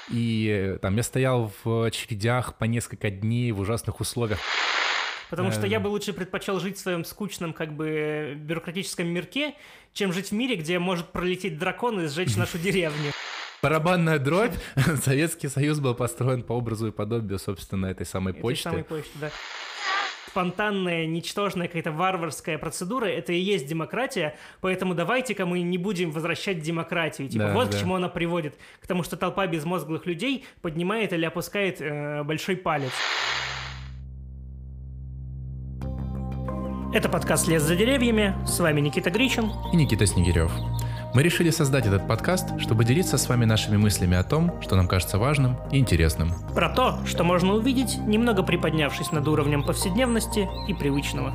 И там я стоял в очередях по несколько дней в ужасных условиях. Потому что я бы лучше предпочел жить в своем скучном, бюрократическом мирке, чем жить в мире, где может пролететь дракон и сжечь нашу деревню. Барабанная дробь. Советский Союз был построен по образу и подобию, собственно, этой самой почты. Да. Спонтанная, ничтожная, какая-то варварская процедура — это и есть демократия, поэтому давайте-ка мы не будем возвращать демократию. К чему она приводит. К тому, что толпа безмозглых людей поднимает или опускает большой палец. Это подкаст «Лес за деревьями». С вами Никита Гричин и Никита Снегирев. Мы решили создать этот подкаст, чтобы делиться с вами нашими мыслями о том, что нам кажется важным и интересным. Про то, что можно увидеть, немного приподнявшись над уровнем повседневности и привычного.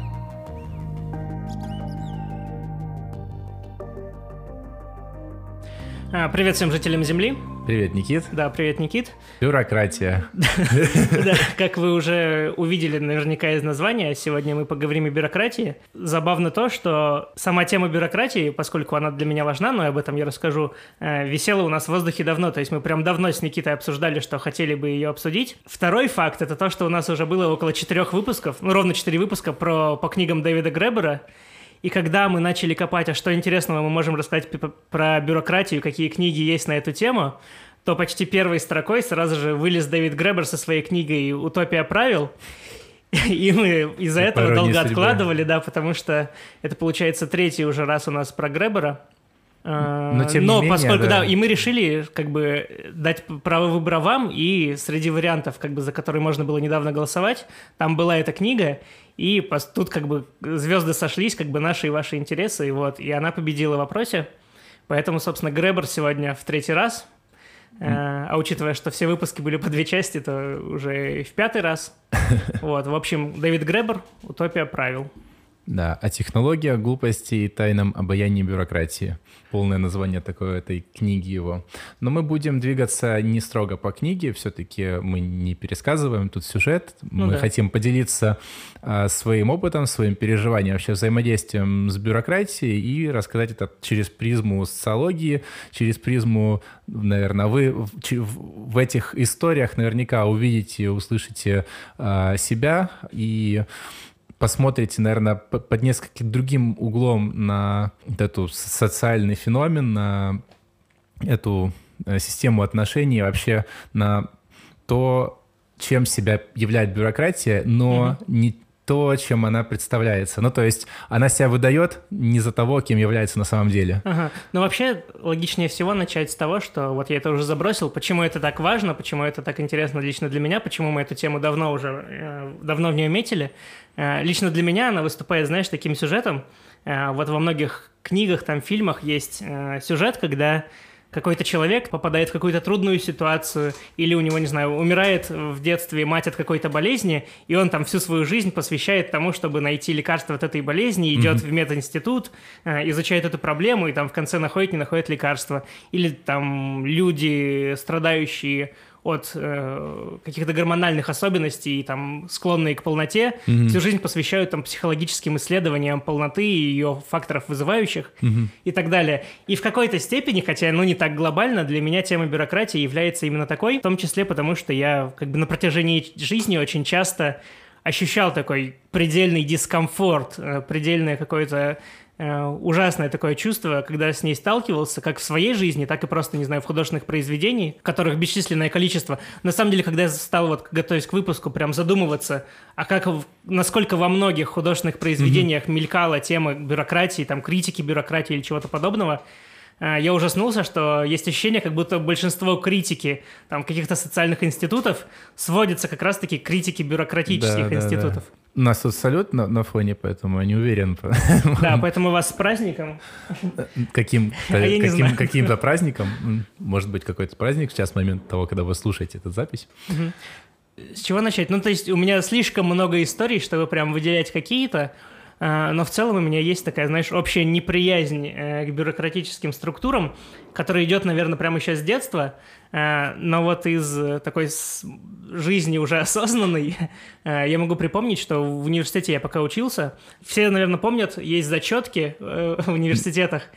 Привет всем жителям Земли. Привет, Никит. Да, привет, Никит. Бюрократия. Да, как вы уже увидели наверняка из названия, сегодня мы поговорим о бюрократии. Забавно то, что сама тема бюрократии, поскольку она для меня важна, но об этом я расскажу, висела у нас в воздухе давно. То есть мы прям давно с Никитой обсуждали, что хотели бы ее обсудить. Второй факт — это то, что у нас уже было около 4 выпусков, ровно 4 выпуска по книгам Дэвида Гребера. И когда мы начали копать, а что интересного мы можем рассказать про бюрократию, какие книги есть на эту тему, то почти первой строкой сразу же вылез Дэвид Гребер со своей книгой «Утопия правил». И мы из-за этого долго откладывали, да, потому что это, получается, 3-й уже раз у нас про Гребера. Но менее, поскольку, да, и мы решили дать право выбора вам, и среди вариантов, за которые можно было недавно голосовать, там была эта книга, и тут звезды сошлись, наши и ваши интересы, и она победила в вопросе. Поэтому, собственно, Гребер сегодня в 3-й раз. А учитывая, что все выпуски были по 2 части, то уже в 5-й раз. В общем, Дэвид Гребер «Утопия правил». Да, о технологиях, глупости и тайном обаянии бюрократии. Полное название такой этой книги его. Но мы будем двигаться не строго по книге, все-таки мы не пересказываем тут сюжет. Мы хотим поделиться своим опытом, своим переживанием, вообще взаимодействием с бюрократией и рассказать это через призму социологии, через призму, наверное, вы в этих историях наверняка увидите, услышите себя и посмотрите, наверное, под нескольким другим углом на этот социальный феномен, на эту систему отношений, вообще на то, чем себя являет бюрократия, но не то, чем она представляется. То есть она себя выдает не за того, кем является на самом деле. Вообще, логичнее всего начать с того, что я это уже забросил, почему это так важно, почему это так интересно лично для меня, почему мы эту тему давно в нее метили. Лично для меня она выступает, знаешь, таким сюжетом. Во многих книгах, фильмах есть сюжет, когда какой-то человек попадает в какую-то трудную ситуацию, или у него, не знаю, умирает в детстве мать от какой-то болезни, и он всю свою жизнь посвящает тому, чтобы найти лекарство от этой болезни, идет в мединститут, изучает эту проблему, и в конце находит, не находит лекарства. Или люди, страдающие от каких-то гормональных особенностей, склонные к полноте, всю жизнь посвящают психологическим исследованиям полноты и ее факторов вызывающих и так далее. И в какой-то степени, хотя не так глобально, для меня тема бюрократии является именно такой, в том числе потому, что я на протяжении жизни очень часто ощущал такой предельный дискомфорт, предельное какое-то ужасное такое чувство, когда с ней сталкивался, как в своей жизни, так и просто, не знаю, в художественных произведениях, которых бесчисленное количество. На самом деле, когда я стал, готовясь к выпуску, прям задумываться, насколько во многих художественных произведениях мелькала тема бюрократии, критики бюрократии или чего-то подобного, я ужаснулся, что есть ощущение, как будто большинство критики каких-то социальных институтов сводится как раз-таки к критике бюрократических институтов. Да. У нас тут салют на фоне, поэтому я не уверен. Да, поэтому вас с праздником. Каким-то праздником. Может быть, какой-то праздник сейчас, момент того, когда вы слушаете эту запись. С чего начать? То есть у меня слишком много историй, чтобы прям выделять какие-то, но в целом у меня есть такая, знаешь, общая неприязнь к бюрократическим структурам, которая идет, наверное, прямо еще с детства, но из такой жизни уже осознанной я могу припомнить, что в университете я пока учился, все, наверное, помнят, есть зачетки в университетах,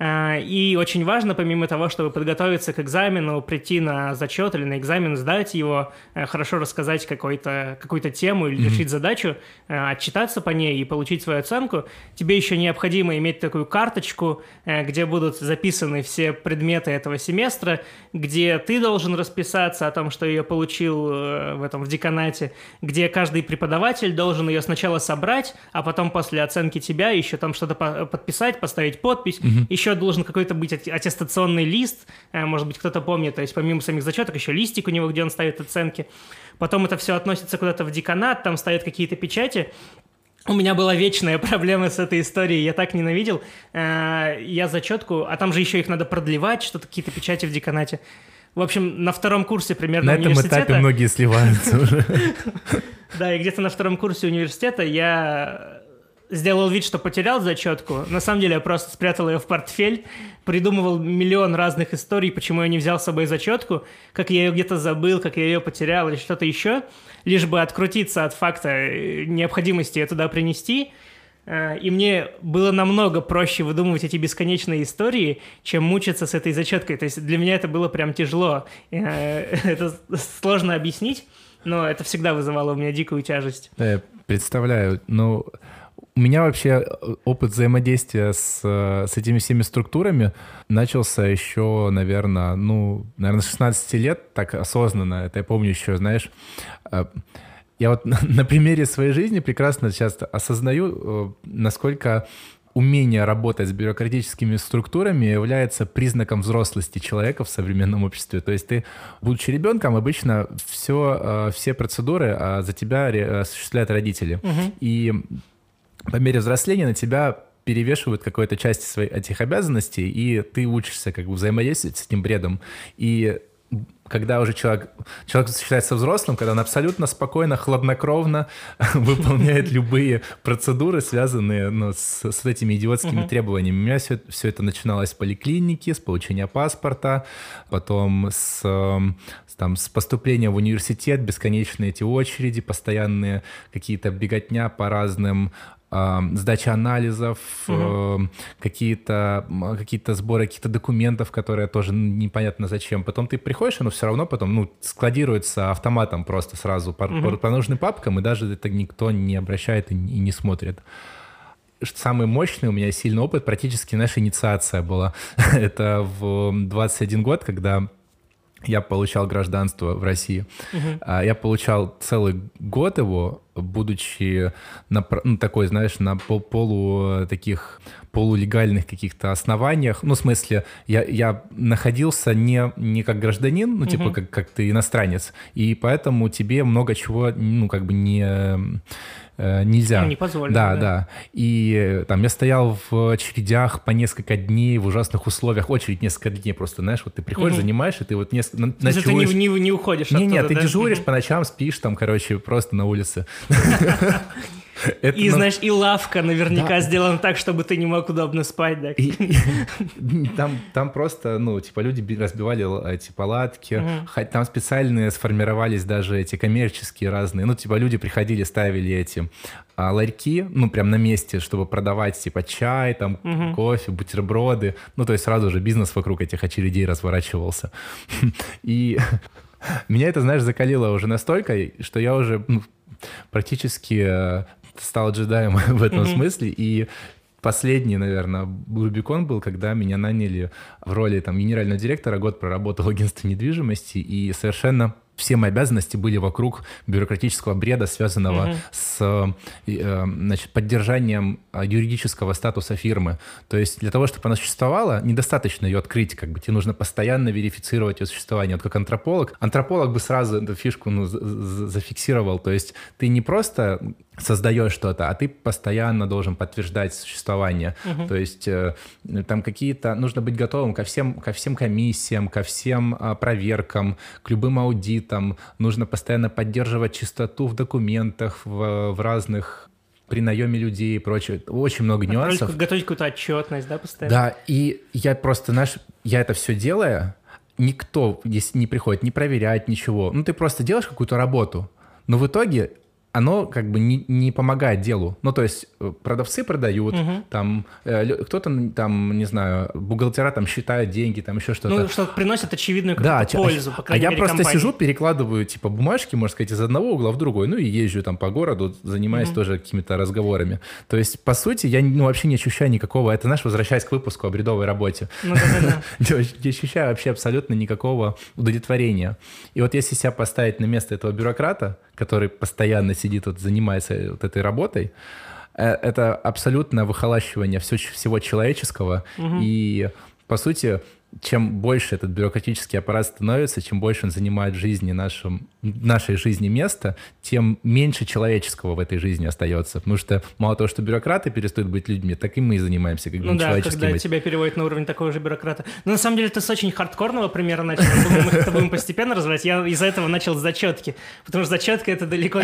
И очень важно, помимо того, чтобы подготовиться к экзамену, прийти на зачет или на экзамен, сдать его, хорошо рассказать какую-то тему или решить задачу, отчитаться по ней и получить свою оценку, тебе еще необходимо иметь такую карточку, где будут записаны все предметы этого семестра, где ты должен расписаться о том, что ее получил в деканате, где каждый преподаватель должен ее сначала собрать, а потом после оценки тебя еще там что-то подписать, поставить подпись, еще должен какой-то быть аттестационный лист, может быть, кто-то помнит, то есть помимо самих зачеток еще листик у него, где он ставит оценки. Потом это все относится куда-то в деканат, там ставят какие-то печати. У меня была вечная проблема с этой историей, я так ненавидел. Я зачетку, а там же еще их надо продлевать, что-то какие-то печати в деканате. В общем, на втором курсе примерно университета... На этом этапе многие сливаются уже. Да, и где-то на втором курсе университета я сделал вид, что потерял зачетку. На самом деле я просто спрятал ее в портфель, придумывал миллион разных историй, почему я не взял с собой зачетку, как я ее где-то забыл, как я ее потерял или что-то еще, лишь бы открутиться от факта необходимости ее туда принести. И мне было намного проще выдумывать эти бесконечные истории, чем мучиться с этой зачеткой. То есть для меня это было прям тяжело. Это сложно объяснить, но это всегда вызывало у меня дикую тяжесть. Да, я представляю. Ну, у меня вообще опыт взаимодействия с этими всеми структурами начался еще, наверное, с 16 лет, так осознанно. Это я помню еще, знаешь... Я вот на примере своей жизни прекрасно сейчас осознаю, насколько умение работать с бюрократическими структурами является признаком взрослости человека в современном обществе. То есть ты, будучи ребенком, обычно все процедуры за тебя осуществляют родители. И по мере взросления на тебя перевешивают какую-то часть этих обязанностей, и ты учишься как бы взаимодействовать с этим бредом. И когда уже человек считается взрослым, когда он абсолютно спокойно, хладнокровно выполняет любые процедуры, связанные с этими идиотскими требованиями. У меня все это начиналось в поликлинике, с получения паспорта, потом с поступления в университет, бесконечные эти очереди, постоянные какие-то беготня по разным сдача анализов, какие-то сборы каких-то документов, которые тоже непонятно зачем. Потом ты приходишь, оно все равно потом складируется автоматом просто сразу по нужным папкам, и даже это никто не обращает и не смотрит. Самый мощный у меня сильный опыт, практически наша инициация была. Это в 21 год, когда я получал гражданство в России. Я получал целый год его, будучи на полулегальных каких-то основаниях. В смысле, я находился не как гражданин, как ты иностранец, и поэтому тебе много чего, нельзя. Не позволено. Да. И я стоял в очередях по несколько дней в ужасных условиях. Очередь несколько дней просто, знаешь, вот ты приходишь, занимаешь, и ты вот ночуешь. Ты не уходишь оттуда, Нет, ты да? дежуришь по ночам, спишь просто на улице. Знаешь, и лавка наверняка сделана так, чтобы ты не мог удобно спать, да? Там просто, люди разбивали эти палатки, там специальные сформировались даже эти коммерческие разные, люди приходили, ставили эти ларьки, прям на месте, чтобы продавать, чай, кофе, бутерброды, то есть сразу же бизнес вокруг этих очередей разворачивался. И меня это, знаешь, закалило уже настолько, что я уже практически стал джедаем в этом смысле, и последний, наверное, Рубикон был, когда меня наняли в роли генерального директора, год проработал в агентстве недвижимости, и совершенно все мои обязанности были вокруг бюрократического бреда, связанного с поддержанием юридического статуса фирмы. То есть для того, чтобы она существовала, недостаточно ее открыть, тебе нужно постоянно верифицировать ее существование. Вот как антрополог. Антрополог бы сразу эту фишку зафиксировал. То есть ты не просто создаешь что-то, а ты постоянно должен подтверждать существование. То есть там нужно быть готовым ко всем комиссиям, ко всем проверкам, к любым аудитам. Нужно постоянно поддерживать чистоту в документах, в разных при наеме людей и прочее. Очень много нюансов. Готовить какую-то отчетность, да, постоянно? Да, и я просто, я это все делаю, никто, если не приходит, не проверяет ничего. Ты просто делаешь какую-то работу, но в итоге оно как бы не помогает делу. Ну, то есть продавцы продают, там кто-то там, не знаю, бухгалтера там считают деньги, там еще что-то. Ну, что приносит очевидную какую-то пользу, по крайней мере, я просто компании. сижу, перекладываю, типа, бумажки, можно сказать, из одного угла в другой, ну, и езжу там по городу, занимаюсь тоже какими-то разговорами. То есть, по сути, я вообще не ощущаю никакого, это, знаешь, возвращаясь к выпуску о бредовой работе. Ну, да. Не ощущаю вообще абсолютно никакого удовлетворения. И вот если себя поставить на место этого бюрократа, который постоянно сидит, вот, занимается вот этой работой, это абсолютно выхолащивание всего человеческого. И, по сути, чем больше этот бюрократический аппарат становится, чем больше он занимает в жизни нашей жизни место, тем меньше человеческого в этой жизни остается. Потому что мало того, что бюрократы перестают быть людьми, так и мы занимаемся как бы человеческим. Ну да, когда тебя переводят на уровень такого же бюрократа. Но на самом деле ты с очень хардкорного примера начал. Думаю, мы это будем постепенно развивать. Я из-за этого начал с зачетки. Потому что зачетка — это далеко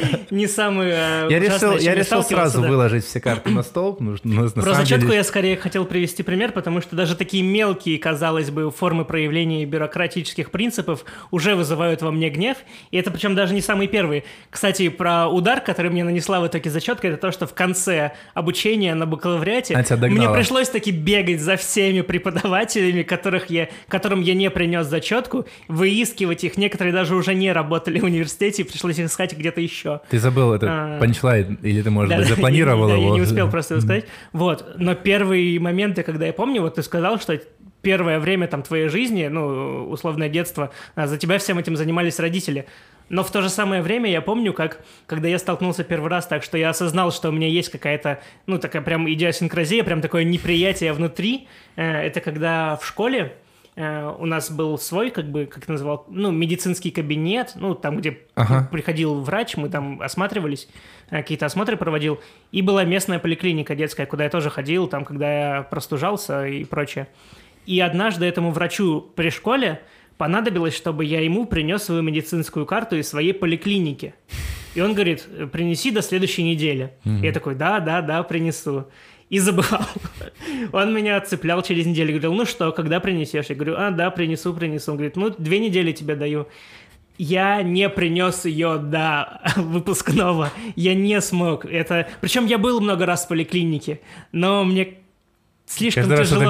не самый ужасный. Я решил сразу выложить все карты на стол. Про зачетку я скорее хотел привести пример, потому что даже такие мелкие, казалось бы, формы проявления бюрократических принципов уже вызывают во мне гнев. И это причем даже не самые первые. Кстати, про удар, который мне нанесла в итоге зачетка, это то, что в конце обучения на бакалавриате мне пришлось таки бегать за всеми преподавателями, которым я не принес зачетку, выискивать их. Некоторые даже уже не работали в университете, и пришлось их искать где-то еще. Ты забыл этот панчлайн, или ты, может быть, запланировал его? Да, я не успел просто его сказать. Вот. Но первые моменты, когда я помню, вот ты сказал, что первое время там твоей жизни, ну, условное детство, за тебя всем этим занимались родители. Но в то же самое время я помню, когда я столкнулся первый раз так, что я осознал, что у меня есть какая-то, ну, такая прям идиосинкразия, прям такое неприятие внутри. Это когда в школе у нас был свой, как это называл, ну, медицинский кабинет, ну, там, где приходил врач, мы там осматривались, какие-то осмотры проводил, и была местная поликлиника детская, куда я тоже ходил, там, когда я простужался и прочее. И однажды этому врачу при школе понадобилось, чтобы я ему принес свою медицинскую карту из своей поликлиники. И он говорит: принеси до следующей недели. Я такой: да, принесу. И забывал. Он меня отцеплял через неделю. Говорил: ну что, когда принесешь? Я говорю: да, принесу. Он говорит: ну, 2 недели тебе даю. Я не принес ее до выпускного. Я не смог. Причем я был много раз в поликлинике, но мне слишком тяжело.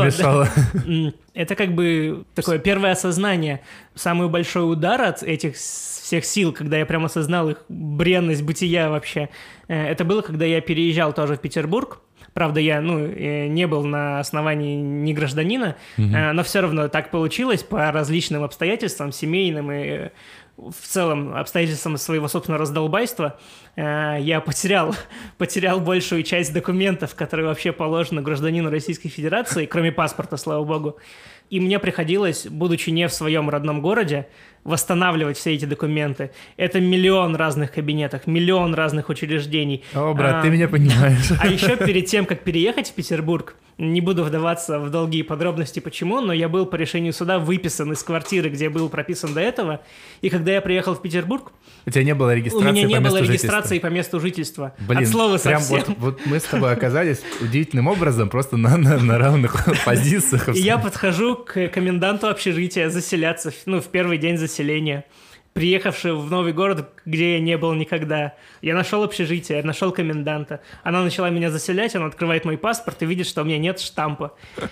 Это как бы такое первое осознание. Самый большой удар от этих всех сил, когда я прям осознал их бренность бытия вообще, это было, когда я переезжал тоже в Петербург. Правда, я не был на основании не гражданина, но все равно так получилось по различным обстоятельствам, семейным и в целом обстоятельствам своего собственного раздолбайства. Я потерял большую часть документов, которые вообще положены гражданину Российской Федерации, кроме паспорта, слава богу. И мне приходилось, будучи не в своем родном городе, восстанавливать все эти документы. Это миллион разных кабинетов, миллион разных учреждений. О, брат, ты меня понимаешь. А еще перед тем, как переехать в Петербург, не буду вдаваться в долгие подробности почему, но я был по решению суда выписан из квартиры, где был прописан до этого. И когда я приехал в Петербург, у тебя не было регистрации по месту жительства? У меня не было регистрации по месту жительства. Блин, от слова прям совсем. Вот мы с тобой оказались удивительным образом просто на равных позициях. И я подхожу к коменданту общежития заселяться, в первый день заселения, приехавший в новый город, где я не был никогда. Я нашел общежитие, нашел коменданта. Она начала меня заселять, она открывает мой паспорт и видит, что у меня нет штампа.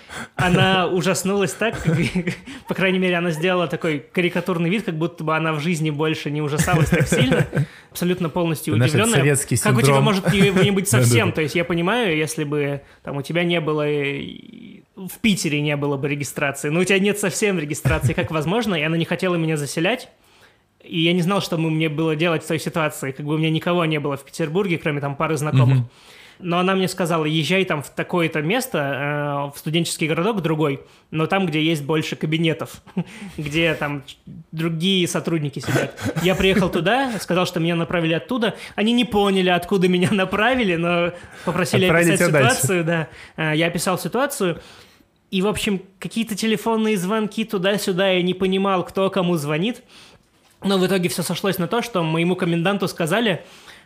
Она ужаснулась так, по крайней мере, она сделала такой карикатурный вид, как будто бы она в жизни больше не ужасалась так сильно. Абсолютно полностью удивленная. Советский синдром. Как у тебя может не быть совсем? То есть я понимаю, если бы там у тебя не было... В Питере не было бы регистрации, но у тебя нет совсем регистрации, как возможно, и она не хотела меня заселять. И я не знал, что мне было делать в той ситуации. Как бы у меня никого не было в Петербурге, кроме там пары знакомых. Но она мне сказала: езжай там в такое-то место, в студенческий городок другой, но там, где есть больше кабинетов, где там другие сотрудники сидят. Я приехал туда, сказал, что меня направили оттуда. Они не поняли, откуда меня направили, но попросили описать ситуацию. Да. Я описал ситуацию. И, в общем, какие-то телефонные звонки туда-сюда, я не понимал, кто кому звонит. Но в итоге все сошлось на то, что моему коменданту сказали: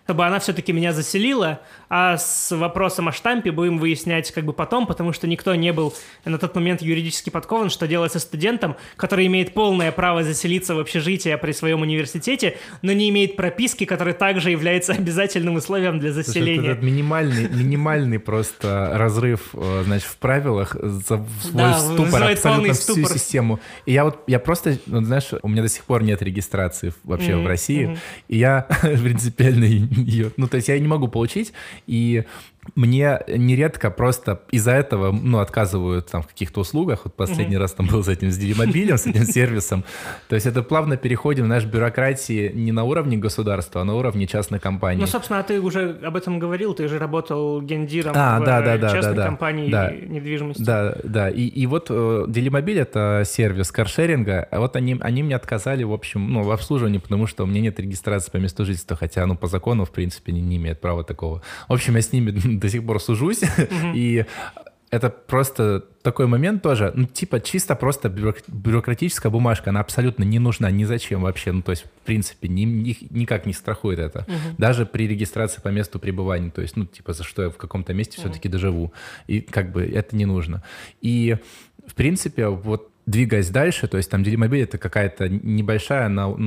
чтобы она все-таки меня заселила, а с вопросом о штампе будем выяснять как бы потом, потому что никто не был на тот момент юридически подкован, что делать со студентом, который имеет полное право заселиться в общежитие при своем университете, но не имеет прописки, которая также является обязательным условием для заселения. Это минимальный просто разрыв, значит, в правилах за свой ступор, абсолютно всю систему. И я просто, знаешь, у меня до сих пор нет регистрации вообще в России, и я принципиально ее... Ну, то есть я не могу получить, и мне нередко просто из-за этого, отказывают там в каких-то услугах. Вот последний раз там был с этим, с Делимобилем, с этим сервисом. То есть это плавно переходим, знаешь, бюрократии не на уровне государства, а на уровне частной компании. Ну, собственно, ты уже об этом говорил, ты же работал гендиром в частной компании недвижимости. Да. И вот Делимобиль — это сервис каршеринга, а вот они мне отказали, в общем, в обслуживании, потому что у меня нет регистрации по месту жительства, хотя, по закону, в принципе, не имеют права такого. В общем, я с ними до сих пор сужусь, и это просто такой момент тоже, чисто просто бюрократическая бумажка, она абсолютно не нужна ни зачем вообще, то есть, в принципе, никак не страхует это, даже при регистрации по месту пребывания, то есть, за что я в каком-то месте все-таки доживу, и как бы это не нужно. И, в принципе, вот двигаясь дальше, то есть там Делимобиль — это какая-то небольшая,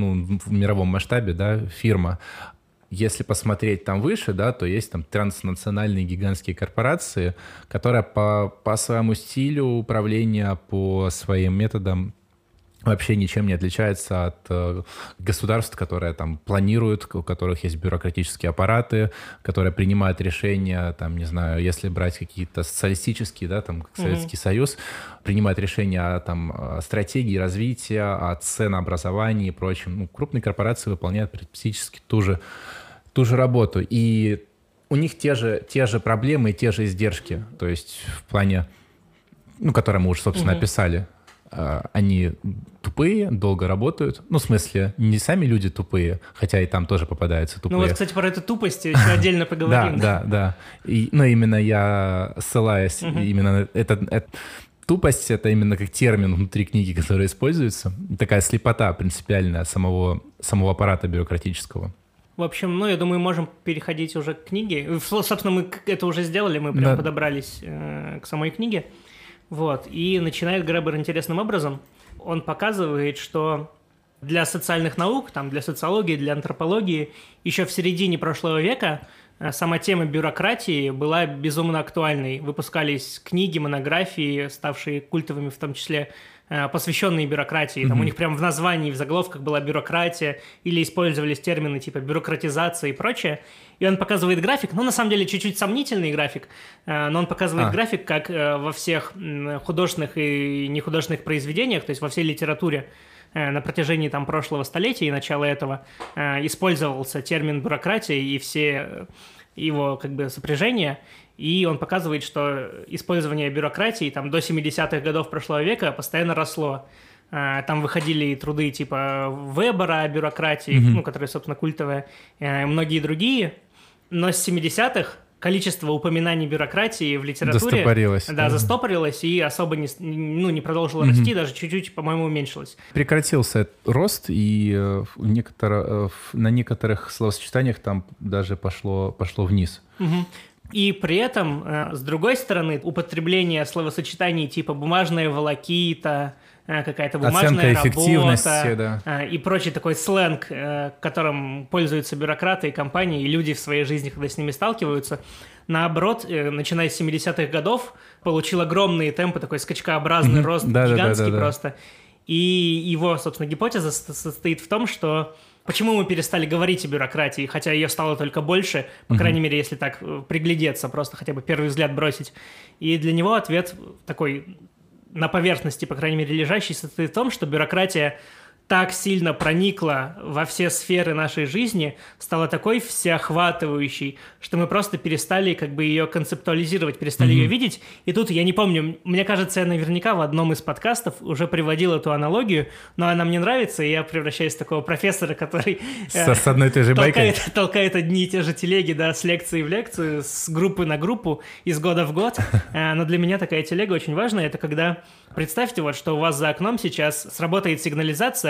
в мировом масштабе, да, фирма. Если посмотреть там выше, да, то есть там транснациональные гигантские корпорации, которые по своему стилю управления, по своим методам вообще ничем не отличается от государств, которые там планируют, у которых есть бюрократические аппараты, которые принимают решения, там, не знаю, если брать какие-то социалистические, да, там, как Советский Союз, принимают решения о стратегии развития, о ценообразовании и прочем. Крупные корпорации выполняют практически ту же работу. И у них те же проблемы и те же издержки. То есть в плане, которые мы уже, собственно, описали. Они тупые, долго работают. В смысле, не сами люди тупые, хотя и там тоже попадаются тупые. Кстати, про эту тупость еще отдельно поговорим. Да. Именно я ссылаюсь именно на тупость — это именно как термин внутри книги, который используется. Такая слепота принципиальная самого аппарата бюрократического. В общем, я думаю, можем переходить уже к книге. Собственно, мы это уже сделали, мы прям подобрались к самой книге. Вот. И начинает Гребер интересным образом. Он показывает, что для социальных наук, для социологии, для антропологии еще в середине прошлого века сама тема бюрократии была безумно актуальной. Выпускались книги, монографии, ставшие культовыми в том числе, посвященные бюрократии. Там у них прям в названии, в заголовках была бюрократия, или использовались термины типа бюрократизация и прочее. И он показывает график, на самом деле чуть-чуть сомнительный график, но он показывает график, как во всех художественных и нехудожественных произведениях, то есть во всей литературе на протяжении прошлого столетия и начала этого использовался термин бюрократия и все его сопряжения. И он показывает, что использование бюрократии до 70-х годов прошлого века постоянно росло. Там выходили труды типа Вебера о бюрократии, которая, собственно, культовая, и многие другие. Но с 70-х количество упоминаний бюрократии в литературе застопорилось и особо не продолжило расти, даже чуть-чуть, по-моему, уменьшилось. Прекратился рост, и на некоторых словосочетаниях там даже пошло вниз. И при этом, с другой стороны, употребление словосочетаний типа «бумажная волокита», какая-то бумажная работа и прочий такой сленг, которым пользуются бюрократы и компании, и люди в своей жизни, когда с ними сталкиваются, наоборот, начиная с 70-х годов, получил огромные темпы, такой скачкообразный рост, гигантский просто. И его, собственно, гипотеза состоит в том, что почему мы перестали говорить о бюрократии, хотя ее стало только больше, по крайней мере, если так приглядеться, просто хотя бы первый взгляд бросить. И для него ответ такой на поверхности, по крайней мере, лежащий, состоит в том, что бюрократия так сильно проникла во все сферы нашей жизни, стала такой всеохватывающей, что мы просто перестали ее концептуализировать, перестали ее видеть. И тут, я не помню, мне кажется, я наверняка в одном из подкастов уже приводил эту аналогию, но она мне нравится, и я превращаюсь в такого профессора, который с одной и той же байкой толкает одни и те же телеги, с лекции в лекцию, с группы на группу, из года в год. Но для меня такая телега очень важная. Это когда, представьте, что у вас за окном сейчас сработает сигнализация,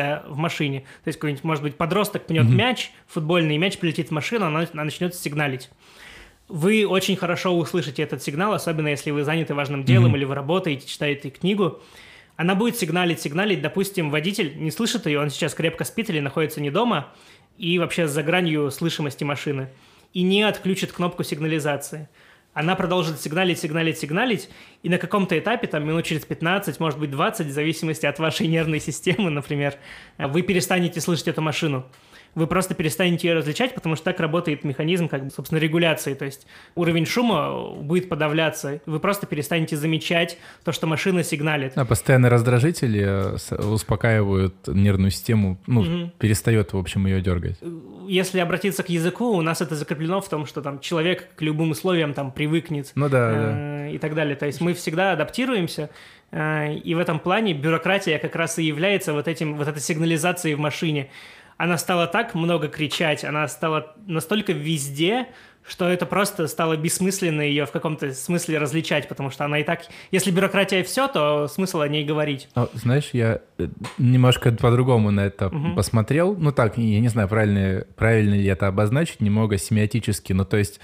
сигнализация в машине. То есть какой-нибудь, может быть, подросток пнет мяч, футбольный мяч прилетит в машину, она начнет сигналить. Вы очень хорошо услышите этот сигнал, особенно если вы заняты важным делом или вы работаете, читаете книгу. Она будет сигналить. Допустим, водитель не слышит ее, он сейчас крепко спит или находится не дома, и вообще за гранью слышимости машины, и не отключит кнопку сигнализации. Она продолжит сигналить, и на каком-то этапе, там минут через 15, может быть 20, в зависимости от вашей нервной системы, например, вы перестанете слышать эту машину. Вы просто перестанете ее различать, потому что так работает механизм, как бы, собственно, регуляции. То есть уровень шума будет подавляться. Вы просто перестанете замечать то, что машина сигналит. А постоянные раздражители успокаивают нервную систему, перестает, в общем, ее дергать. Если обратиться к языку, у нас это закреплено в том, что там человек к любым условиям там привыкнет. И так далее. То есть мы всегда адаптируемся. И в этом плане бюрократия как раз и является вот этой сигнализацией в машине. Она стала так много кричать, она стала настолько везде, что это просто стало бессмысленно ее в каком-то смысле различать, потому что она и так... Если бюрократия все, то смысл о ней говорить. Знаешь, я немножко по-другому на это посмотрел. Ну так, я не знаю, правильно ли это обозначить, немного семиотически. Ну то есть,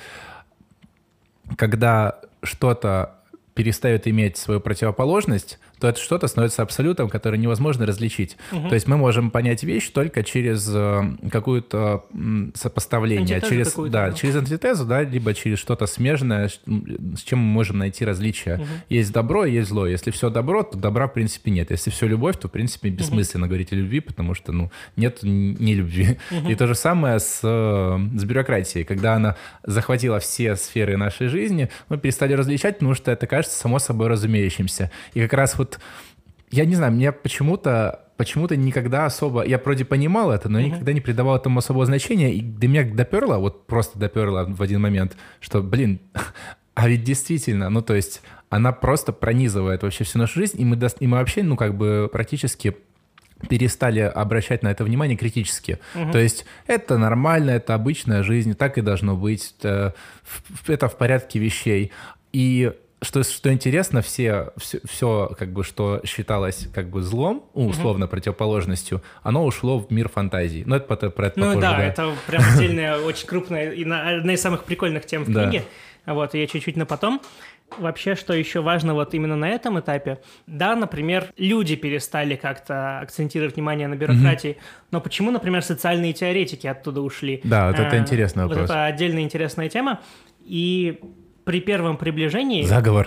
когда что-то перестает иметь свою противоположность, то это что-то становится абсолютом, который невозможно различить. То есть мы можем понять вещь только через какое-то сопоставление, через антитезу, либо через что-то смежное, с чем мы можем найти различия. Есть добро, есть зло. Если все добро, то добра в принципе нет. Если все любовь, то в принципе бессмысленно говорить о любви, потому что нет нелюбви. И то же самое с бюрократией. Когда она захватила все сферы нашей жизни, мы перестали различать, потому что это кажется само собой разумеющимся. И как раз я не знаю, мне почему-то никогда особо... Я вроде понимал это, но никогда не придавал этому особого значения. И до меня просто доперло в один момент, что, а ведь действительно, то есть она просто пронизывает вообще всю нашу жизнь, и мы вообще, практически перестали обращать на это внимание критически. То есть это нормально, это обычная жизнь, так и должно быть, это в порядке вещей. И что интересно, все как бы, что считалось как бы злом, условно противоположностью, оно ушло в мир фантазий. Это про это попозже, это прям отдельная, очень крупная, и одна из самых прикольных тем в книге. Я чуть-чуть на потом. Вообще, что еще важно именно на этом этапе, например, люди перестали как-то акцентировать внимание на бюрократии, но почему, например, социальные теоретики оттуда ушли? Да, это интересный вопрос. Это отдельная интересная тема, и при первом приближении... Заговор.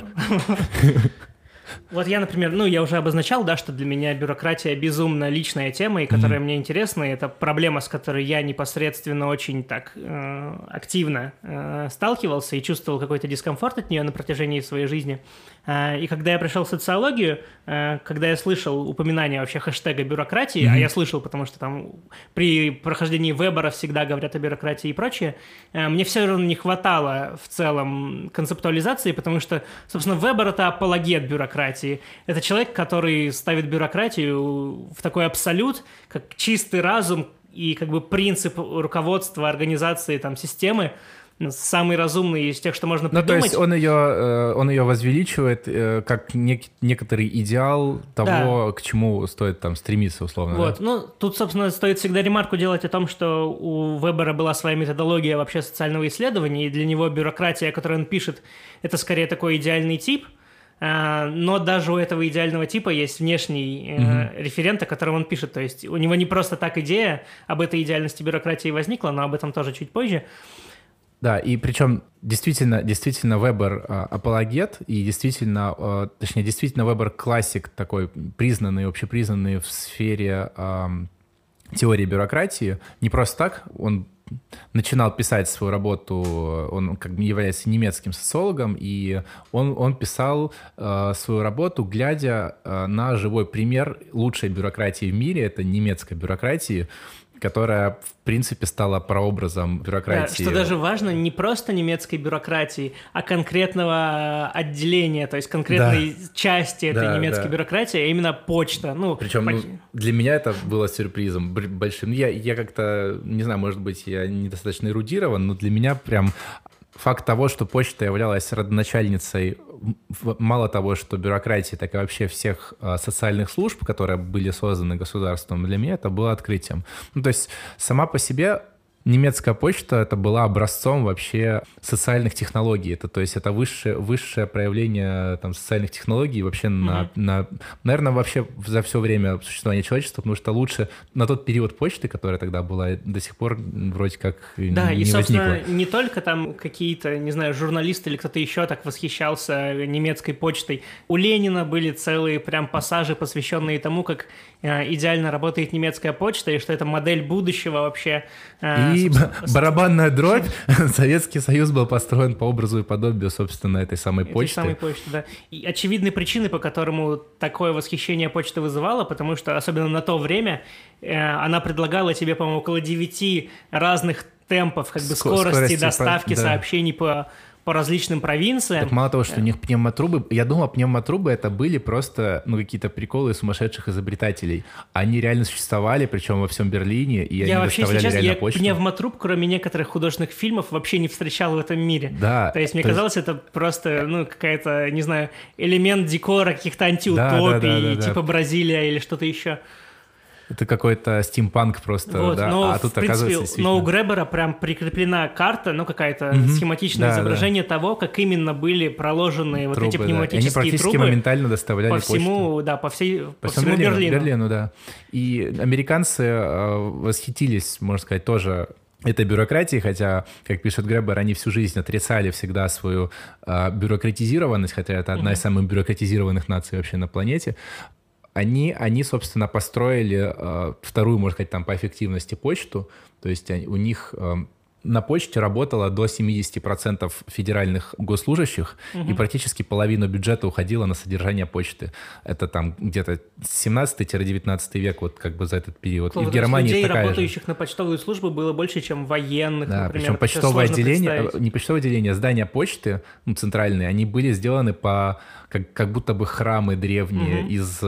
Я, например, я уже обозначал, что для меня бюрократия безумно личная тема, и которая мне интересна, и это проблема, с которой я непосредственно очень так активно сталкивался и чувствовал какой-то дискомфорт от нее на протяжении своей жизни. И когда я пришел в социологию, когда я слышал упоминание вообще хэштега бюрократии, а я слышал, потому что там при прохождении Вебера всегда говорят о бюрократии и прочее, мне все равно не хватало в целом концептуализации, потому что, собственно, Вебер — это апологет бюрократии. Это человек, который ставит бюрократию в такой абсолют, как чистый разум и как бы принцип руководства организации системы, самый разумный из тех, что можно придумать. То есть он ее возвеличивает как некоторый идеал того, к чему стоит стремиться, условно. Тут, собственно, стоит всегда ремарку делать о том, что у Вебера была своя методология вообще социального исследования, и для него бюрократия, которую он пишет, это скорее такой идеальный тип, но даже у этого идеального типа есть внешний референт, о котором он пишет. То есть у него не просто так идея об этой идеальности бюрократии возникла, но об этом тоже чуть позже. Да, и причем действительно Вебер апологет, и действительно Вебер классик такой, общепризнанный в сфере теории бюрократии. Не просто так, он начинал писать свою работу, он как бы является немецким социологом, и он писал свою работу, глядя на живой пример лучшей бюрократии в мире, это немецкой бюрократии, которая, в принципе, стала прообразом бюрократии. Да, что даже важно, не просто немецкой бюрократии, а конкретного отделения, то есть конкретной части этой немецкой бюрократии, а именно почта. Причем для меня это было сюрпризом большим. Я как-то, не знаю, может быть, я недостаточно эрудирован, но для меня прям факт того, что почта являлась родоначальницей мало того, что бюрократии, так и вообще всех социальных служб, которые были созданы государством, для меня это было открытием. Ну, то есть сама по себе немецкая почта это была образцом вообще социальных технологий. Это, то есть это высшее проявление там, социальных технологий вообще наверное, вообще за все время существования человечества, потому что лучше на тот период почты, которая тогда была, до сих пор вроде как да, не собственно, возникла. Не только там какие-то, не знаю, журналисты или кто-то еще так восхищался немецкой почтой. У Ленина были целые прям пассажи, посвященные тому, как идеально работает немецкая почта, и что это модель будущего вообще. И барабанная дробь. Советский Союз был построен по образу и подобию, собственно, этой самой почты. Этой самой почты, да. И очевидные причины, по которому такое восхищение почты вызывало, потому что, особенно на то время, она предлагала тебе, по-моему, около 9 разных темпов, как бы скорости доставки сообщений по различным провинциям. Так мало того, что у них пневмотрубы... Я думал, пневмотрубы это были просто какие-то приколы сумасшедших изобретателей. Они реально существовали, причем во всем Берлине, и они доставляли реально почту. Пневмотруб, кроме некоторых художественных фильмов, вообще не встречал в этом мире. Да. То есть мне казалось, это просто, какая-то, не знаю, элемент декора каких-то антиутопий, типа Бразилия или что-то еще. Это какой-то стимпанк просто, вот, да, но, а тут, оказывается, действительно... Но у Гребера прям прикреплена карта, какое-то схематичное изображение того, как именно были проложены вот эти пневматические трубы. Они практически моментально доставляли по всему, почту. Да, по всему Берлину, да. И американцы восхитились, можно сказать, тоже этой бюрократии, хотя, как пишет Гребер, они всю жизнь отрицали всегда свою бюрократизированность, хотя это одна из самых бюрократизированных наций вообще на планете. Они, собственно, построили вторую, можно сказать, там по эффективности почту. То есть у них на почте работало до 70% федеральных госслужащих, и практически половина бюджета уходила на содержание почты. Это там где-то 17-19 век, вот как бы за этот период. И в Германии людей, такая работающих же. на почтовую службу, было больше, чем военных, да, например. причем почтовое отделение, не почтовое отделение, здания почты, центральные, они были сделаны как будто бы храмы древние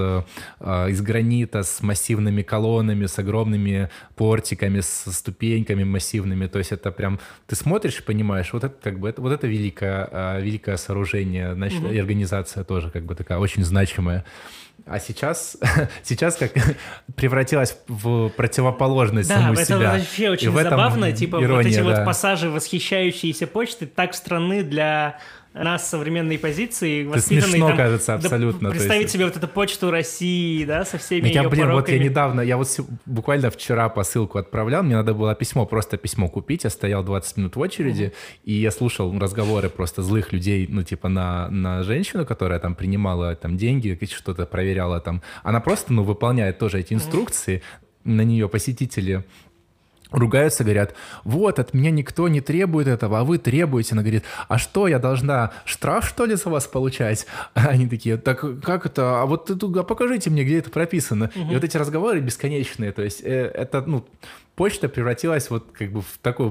из гранита с массивными колоннами, с огромными портиками, со ступеньками массивными. То есть это прям... Ты смотришь и понимаешь, вот это как бы вот это великое сооружение, значит, и организация тоже как бы такая очень значимая. А сейчас как превратилась в противоположность саму себя. Да, это вообще очень забавно. Типа ирония, вот эти вот пассажи, восхищающиеся почтой, так странны для нас современной позиции, воспитанные смешно, там, кажется, абсолютно. Представить себе вот эту почту России, да, со всеми ее пороками. Вот я недавно, буквально вчера посылку отправлял, мне надо было просто письмо купить, я стоял 20 минут в очереди, и я слушал разговоры просто злых людей, на женщину, которая там принимала там деньги, что-то проверяла там. Она просто, выполняет тоже эти инструкции, на нее посетители ругаются, говорят, вот, от меня никто не требует этого, а вы требуете. Она говорит, а что, я должна штраф, что ли, за вас получать? А они такие, так как это? А вот покажите мне, где это прописано. И вот эти разговоры бесконечные, то есть это, почта превратилась вот как бы в такой,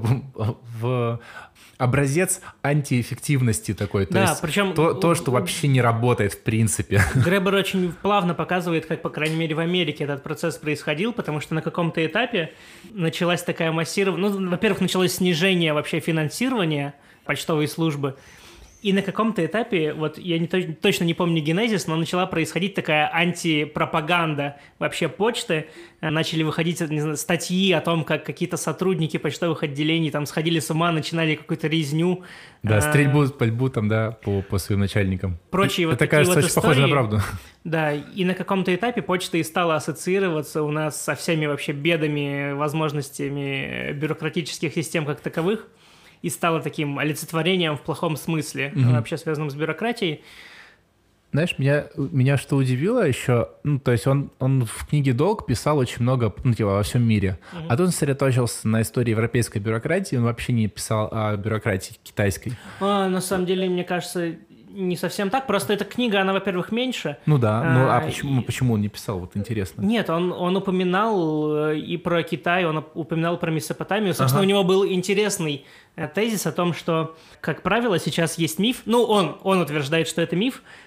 в образец антиэффективности такой. То есть причем то, что вообще не работает в принципе. Гребер очень плавно показывает, как, по крайней мере, в Америке этот процесс происходил, потому что на каком-то этапе началась такая массированная... во-первых, началось снижение вообще финансирования почтовой службы, и на каком-то этапе, вот я точно не помню генезис, но начала происходить такая антипропаганда вообще почты. Начали выходить, не знаю, статьи о том, как какие-то сотрудники почтовых отделений там сходили с ума, начинали какую-то резню. Да, стрельбу, пальбу там, да, по своим начальникам. Прочие вот это, такие кажется, вот очень истории. похоже на правду. Да, и на каком-то этапе почта и стала ассоциироваться у нас со всеми вообще бедами, возможностями бюрократических систем как таковых. И стало таким олицетворением в плохом смысле, вообще связанным с бюрократией. Знаешь, меня что удивило еще, то есть он в книге «Долг» писал очень много, во всем мире, а тут он сосредоточился на истории европейской бюрократии, он вообще не писал о бюрократии китайской. На самом деле, мне кажется, не совсем так, просто эта книга, она, во-первых, меньше. Почему он не писал, вот интересно? Нет, он упоминал и про Китай, он упоминал про Месопотамию, собственно, у него был интересный тезис о том, что, как правило, сейчас есть миф, он утверждает, что это миф,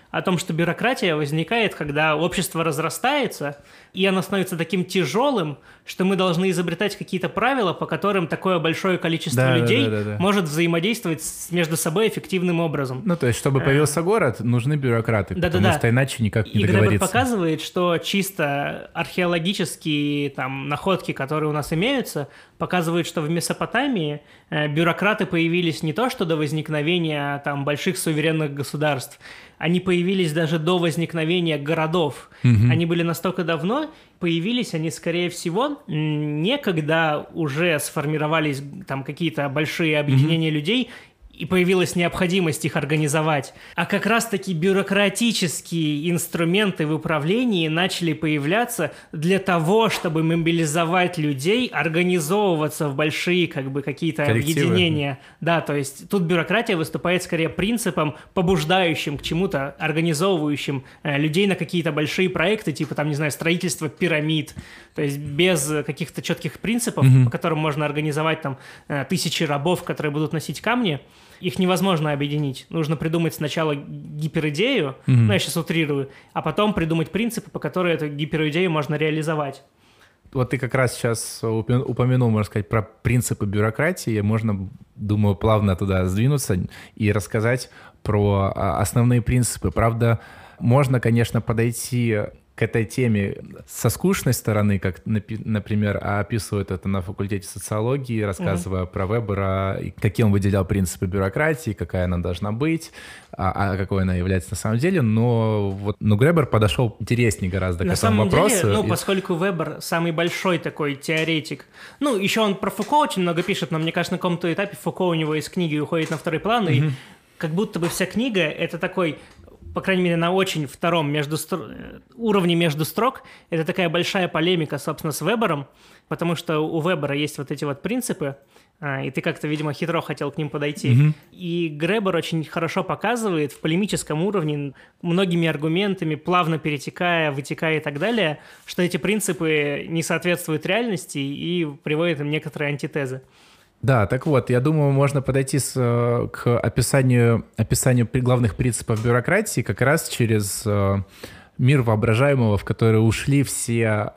о том, что бюрократия возникает, когда общество разрастается, и оно становится таким тяжелым, что мы должны изобретать какие-то правила, по которым такое большое количество людей может взаимодействовать между собой эффективным образом. Ну, то есть, чтобы появился город, нужны бюрократы, потому что иначе никак не договориться. И Гребер показывает, что чисто археологические там находки, которые у нас имеются, показывают, что в Месопотамии бюрократы появились не то, что до возникновения там больших суверенных государств, они появились даже до возникновения городов. Они были настолько давно, появились они, скорее всего, не когда уже сформировались там какие-то большие объединения людей, и появилась необходимость их организовать. А как раз-таки бюрократические инструменты в управлении начали появляться для того, чтобы мобилизовать людей, организовываться в большие как бы какие-то объединения. Да, то есть тут бюрократия выступает скорее принципом, побуждающим к чему-то, организовывающим людей на какие-то большие проекты, типа там, не знаю, строительство пирамид. То есть без каких-то четких принципов, по которым можно организовать там тысячи рабов, которые будут носить камни, их невозможно объединить. Нужно придумать сначала гиперидею, ну, я сейчас утрирую, а потом придумать принципы, по которым эту гиперидею можно реализовать. Вот ты как раз сейчас упомянул, можно сказать, про принципы бюрократии. Можно, думаю, плавно туда сдвинуться и рассказать про основные принципы. Правда, можно, конечно, подойти к этой теме со скучной стороны, как, например, описывают это на факультете социологии, рассказывая про Вебера, какие он выделял принципы бюрократии, какая она должна быть, какой она является на самом деле, но Гребер подошел интереснее гораздо к этому вопросу. Деле, поскольку Вебер самый большой такой теоретик, еще он про Фуко очень много пишет, но мне кажется, на каком-то этапе Фуко у него из книги уходит на второй план, и как будто бы вся книга — это такой, по крайней мере, на очень втором уровне между строк, это такая большая полемика, собственно, с Вебером, потому что у Вебера есть вот эти вот принципы, и ты как-то, видимо, хитро хотел к ним подойти. И Гребер очень хорошо показывает в полемическом уровне, многими аргументами, плавно перетекая, вытекая и так далее, что эти принципы не соответствуют реальности и приводят им некоторые антитезы. Да, так вот, я думаю, можно подойти к описанию главных принципов бюрократии как раз через мир воображаемого, в который ушли все,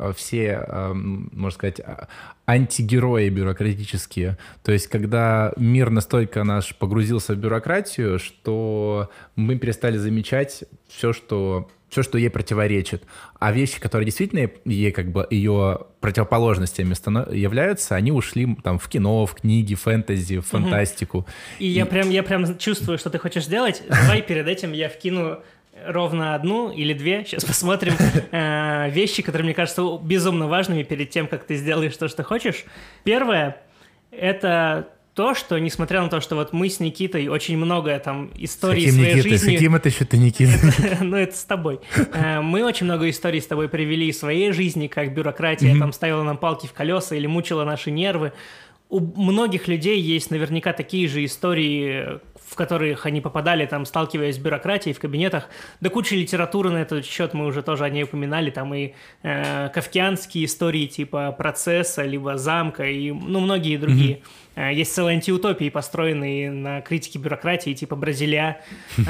можно сказать, антигерои бюрократические. То есть, когда мир настолько наш погрузился в бюрократию, что мы перестали замечать все, что ей противоречит. А вещи, которые действительно ей как бы ее противоположностями являются, они ушли там в кино, в книги, фэнтези, в фантастику. И я прям чувствую, что ты хочешь сделать. Давай перед этим я вкину ровно одну или две, сейчас посмотрим, вещи, которые, мне кажутся безумно важными перед тем, как ты сделаешь то, что хочешь. Первое — это то, что, несмотря на то, что вот мы с Никитой очень многое там историй своей жизни... С каким это еще ты, Никита? Ну, это с тобой. Мы очень много историй с тобой привели из своей жизни, как бюрократия там ставила нам палки в колеса или мучила наши нервы. У многих людей есть наверняка такие же истории, в которых они попадали, там, сталкиваясь с бюрократией в кабинетах. Да куча литературы на этот счет, мы уже тоже о ней упоминали, там и кафкианские истории типа «Процесса», либо «Замка», и многие другие. Есть целые антиутопии, построенные на критике бюрократии, типа «Бразилия»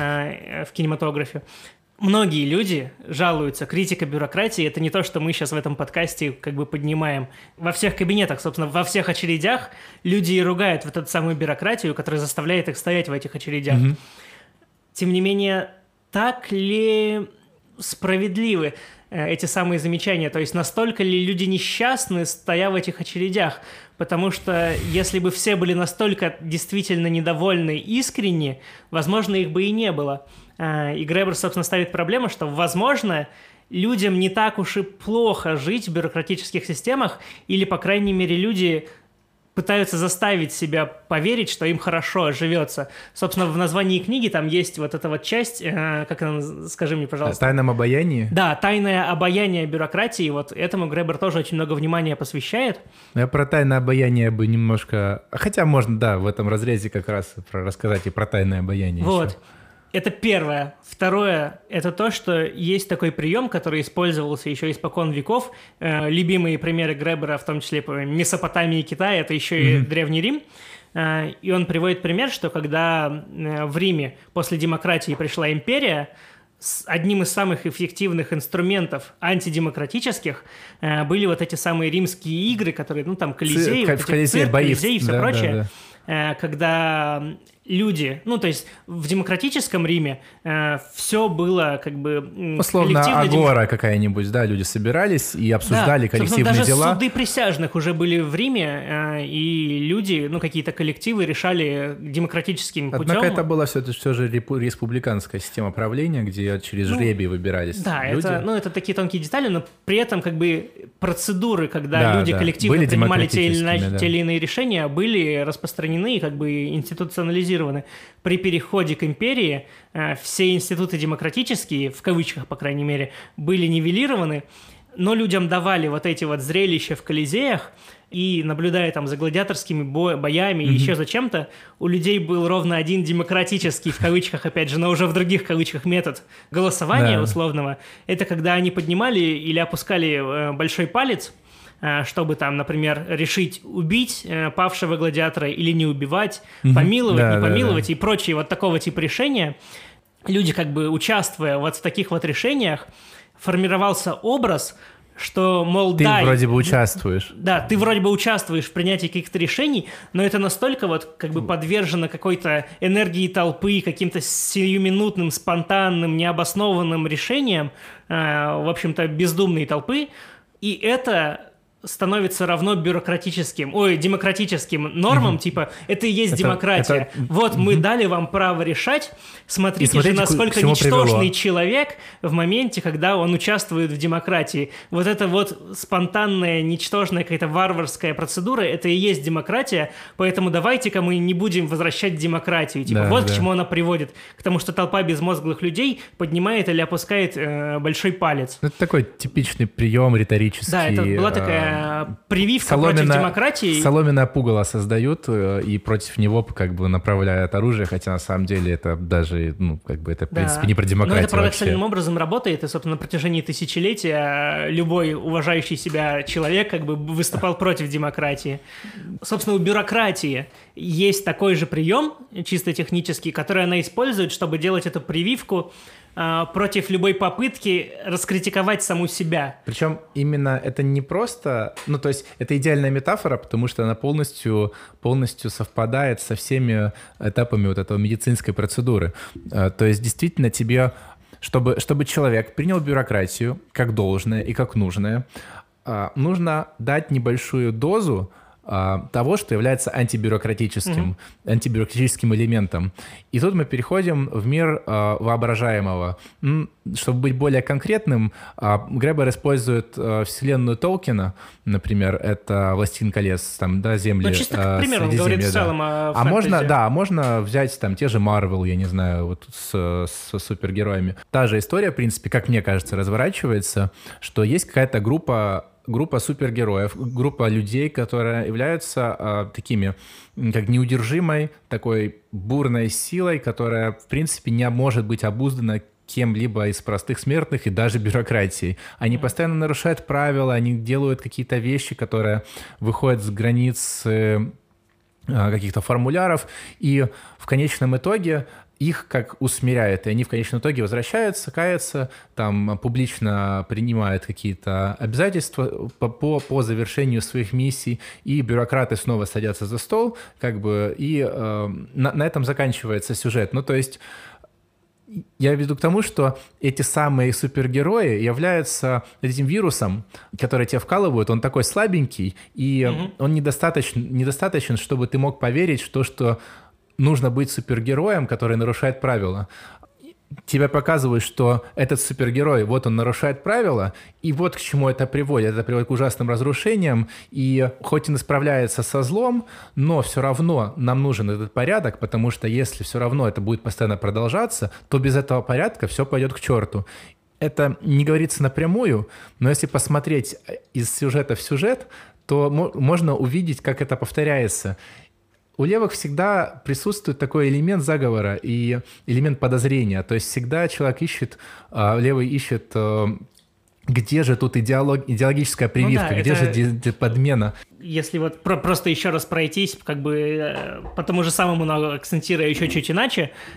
в кинематографе. Многие люди жалуются, критика бюрократии — это не то, что мы сейчас в этом подкасте как бы поднимаем. Во всех кабинетах, собственно, во всех очередях люди и ругают вот эту самую бюрократию, которая заставляет их стоять в этих очередях. Тем не менее, так ли справедливы эти самые замечания? То есть настолько ли люди несчастны, стоя в этих очередях? Потому что если бы все были настолько действительно недовольны искренне, возможно, их бы и не было. И Гребер, собственно, ставит проблему, что, возможно, людям не так уж и плохо жить в бюрократических системах, или, по крайней мере, люди пытаются заставить себя поверить, что им хорошо живется. Собственно, в названии книги там есть вот эта вот часть, как она, скажи мне, пожалуйста. О тайном обаянии? Да, тайное обаяние бюрократии. Вот этому Гребер тоже очень много внимания посвящает. Я про тайное обаяние бы немножко... Хотя можно, да, в этом разрезе как раз рассказать и про тайное обаяние. Вот. Еще. Это первое. Второе — это то, что есть такой прием, который использовался еще испокон веков. Любимые примеры Гребера, в том числе по Месопотамии и Китае, это еще и Древний Рим. И он приводит пример, что когда в Риме после демократии пришла империя, одним из самых эффективных инструментов антидемократических были вот эти самые римские игры, которые, ну, там, Колизей, в Колизее цирк, бои, Колизей и все да, прочее, да, да. Когда люди, ну, то есть в демократическом Риме все было как бы условно агора какая-нибудь, да, люди собирались и обсуждали коллективные даже дела. Даже суды присяжных уже были в Риме, и люди, ну, какие-то коллективы решали демократическим путем. Однако это была все же республиканская система правления, где через жребий выбирались люди. Да, это такие тонкие детали, но при этом как бы процедуры, когда люди коллективно принимали те или иные решения, были распространены и как бы институционализированы. При переходе к империи все институты демократические, в кавычках, по крайней мере, были нивелированы, но людям давали вот эти вот зрелища в Колизеях, и, наблюдая там за гладиаторскими боями и еще за чем-то, у людей был ровно один демократический, в кавычках, опять же, но уже в других кавычках, метод голосования условного. Это когда они поднимали или опускали большой палец, чтобы там, например, решить убить павшего гладиатора или не убивать, помиловать, не помиловать и прочие вот такого типа решения. Люди, как бы участвуя вот в таких вот решениях, формировался образ, что, мол, ты вроде бы участвуешь. Да, ты вроде бы участвуешь в принятии каких-то решений, но это настолько вот как бы подвержено какой-то энергии толпы, каким-то сиюминутным, спонтанным, необоснованным решениям, в общем-то, бездумной толпы, и это становится равно демократическим нормам, типа, это и есть демократия. Вот мы дали вам право решать, смотрите же, насколько ничтожный человек в моменте, когда он участвует в демократии. Вот это вот спонтанная, ничтожная какая-то варварская процедура, это и есть демократия, поэтому давайте-ка мы не будем возвращать демократию. Типа, к чему она приводит. К тому, что толпа безмозглых людей поднимает или опускает большой палец. Это такой типичный прием риторический. Да, это была такая прививка против демократии. Соломенное пугало создают и против него как бы направляют оружие, хотя на самом деле это даже, ну, как бы это, в принципе, не про демократию. Но это парадоксальным образом работает, и, собственно, на протяжении тысячелетия любой уважающий себя человек как бы выступал против демократии. Собственно, у бюрократии есть такой же прием, чисто технический, который она использует, чтобы делать эту прививку против любой попытки раскритиковать саму себя. Причем именно это не просто... Ну, то есть это идеальная метафора, потому что она полностью совпадает со всеми этапами вот этого медицинской процедуры. То есть действительно тебе... Чтобы человек принял бюрократию как должное и как нужное, нужно дать небольшую дозу того, что является антибюрократическим элементом. И тут мы переходим в мир воображаемого. Чтобы быть более конкретным, Гребер использует вселенную Толкина, например, это «Властелин колец», там, да, земли. Ну, чисто как пример, он говорит в целом о фэнтези. Можно взять там те же Марвел, я не знаю, вот с супергероями. Та же история, в принципе, как мне кажется, разворачивается, что есть какая-то группа супергероев, группа людей, которые являются такими, как неудержимой, такой бурной силой, которая, в принципе, не может быть обуздана кем-либо из простых смертных и даже бюрократией. Они постоянно нарушают правила, они делают какие-то вещи, которые выходят с границ каких-то формуляров, и в конечном итоге их как усмиряет, и они в конечном итоге возвращаются, каются, там публично принимают какие-то обязательства по завершению своих миссий, и бюрократы снова садятся за стол, как бы, и на этом заканчивается сюжет. Ну, то есть я веду к тому, что эти самые супергерои являются этим вирусом, который тебе вкалывают, он такой слабенький, и он недостаточен, чтобы ты мог поверить в то, что нужно быть супергероем, который нарушает правила. Тебе показывают, что этот супергерой, вот он нарушает правила, и вот к чему это приводит. Это приводит к ужасным разрушениям, и хоть он справляется со злом, но все равно нам нужен этот порядок, потому что если все равно это будет постоянно продолжаться, то без этого порядка все пойдет к черту. Это не говорится напрямую, но если посмотреть из сюжета в сюжет, то можно увидеть, как это повторяется. У левых всегда присутствует такой элемент заговора и элемент подозрения. То есть всегда человек левый ищет, где же тут идеологическая прививка, где же подмена. Если вот просто еще раз пройтись, как бы по тому же самому, но акцентируя еще чуть иначе,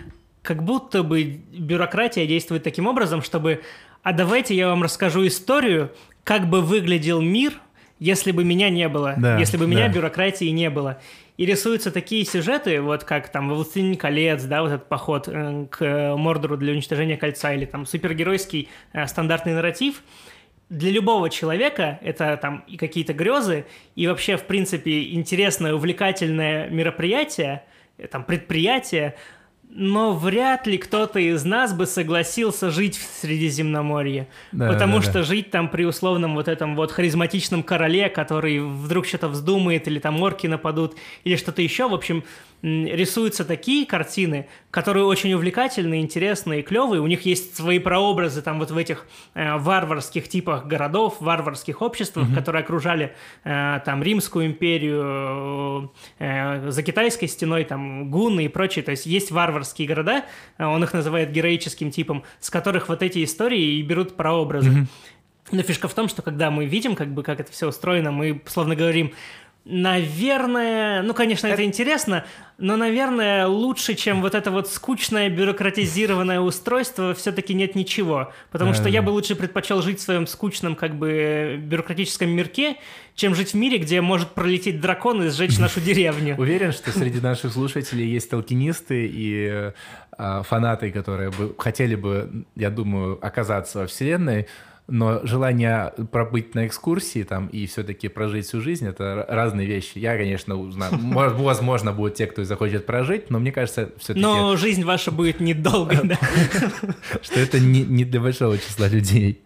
как будто бы бюрократия действует таким образом, чтобы «а давайте я вам расскажу историю, как бы выглядел мир, если бы меня не было, если бы меня бюрократии не было». И рисуются такие сюжеты, вот как там во «Властелине колец», да, вот этот поход к Мордору для уничтожения кольца, или там супергеройский стандартный нарратив. Для любого человека это там и какие-то грезы, и вообще, в принципе, интересное, увлекательное мероприятие, там, предприятие, но вряд ли кто-то из нас бы согласился жить в Средиземноморье, потому что жить там при условном вот этом вот харизматичном короле, который вдруг что-то вздумает, или там орки нападут, или что-то еще, в общем, рисуются такие картины, которые очень увлекательные, интересные, клевые, у них есть свои прообразы там вот в этих варварских типах городов, варварских обществах, которые окружали там Римскую империю, за Китайской стеной там гунны и прочее, то есть есть варварские города, он их называет героическим типом, с которых вот эти истории и берут прообразы. Но фишка в том, что когда мы видим, как это все устроено, мы словно говорим: наверное, ну, конечно, это интересно, но, наверное, лучше, чем вот это вот скучное бюрократизированное устройство, все-таки нет ничего. Потому что я бы лучше предпочел жить в своем скучном, бюрократическом мирке, чем жить в мире, где может пролететь дракон и сжечь нашу деревню. Уверен, что среди наших слушателей есть толкинисты и фанаты, которые хотели бы, я думаю, оказаться во Вселенной. Но желание пробыть на экскурсии там и все-таки прожить всю жизнь — это разные вещи. Я, конечно, узнаю. Возможно, будут те, кто захочет прожить, но мне кажется, все-таки... Но жизнь ваша будет недолгой, да? Что это не для большого числа людей.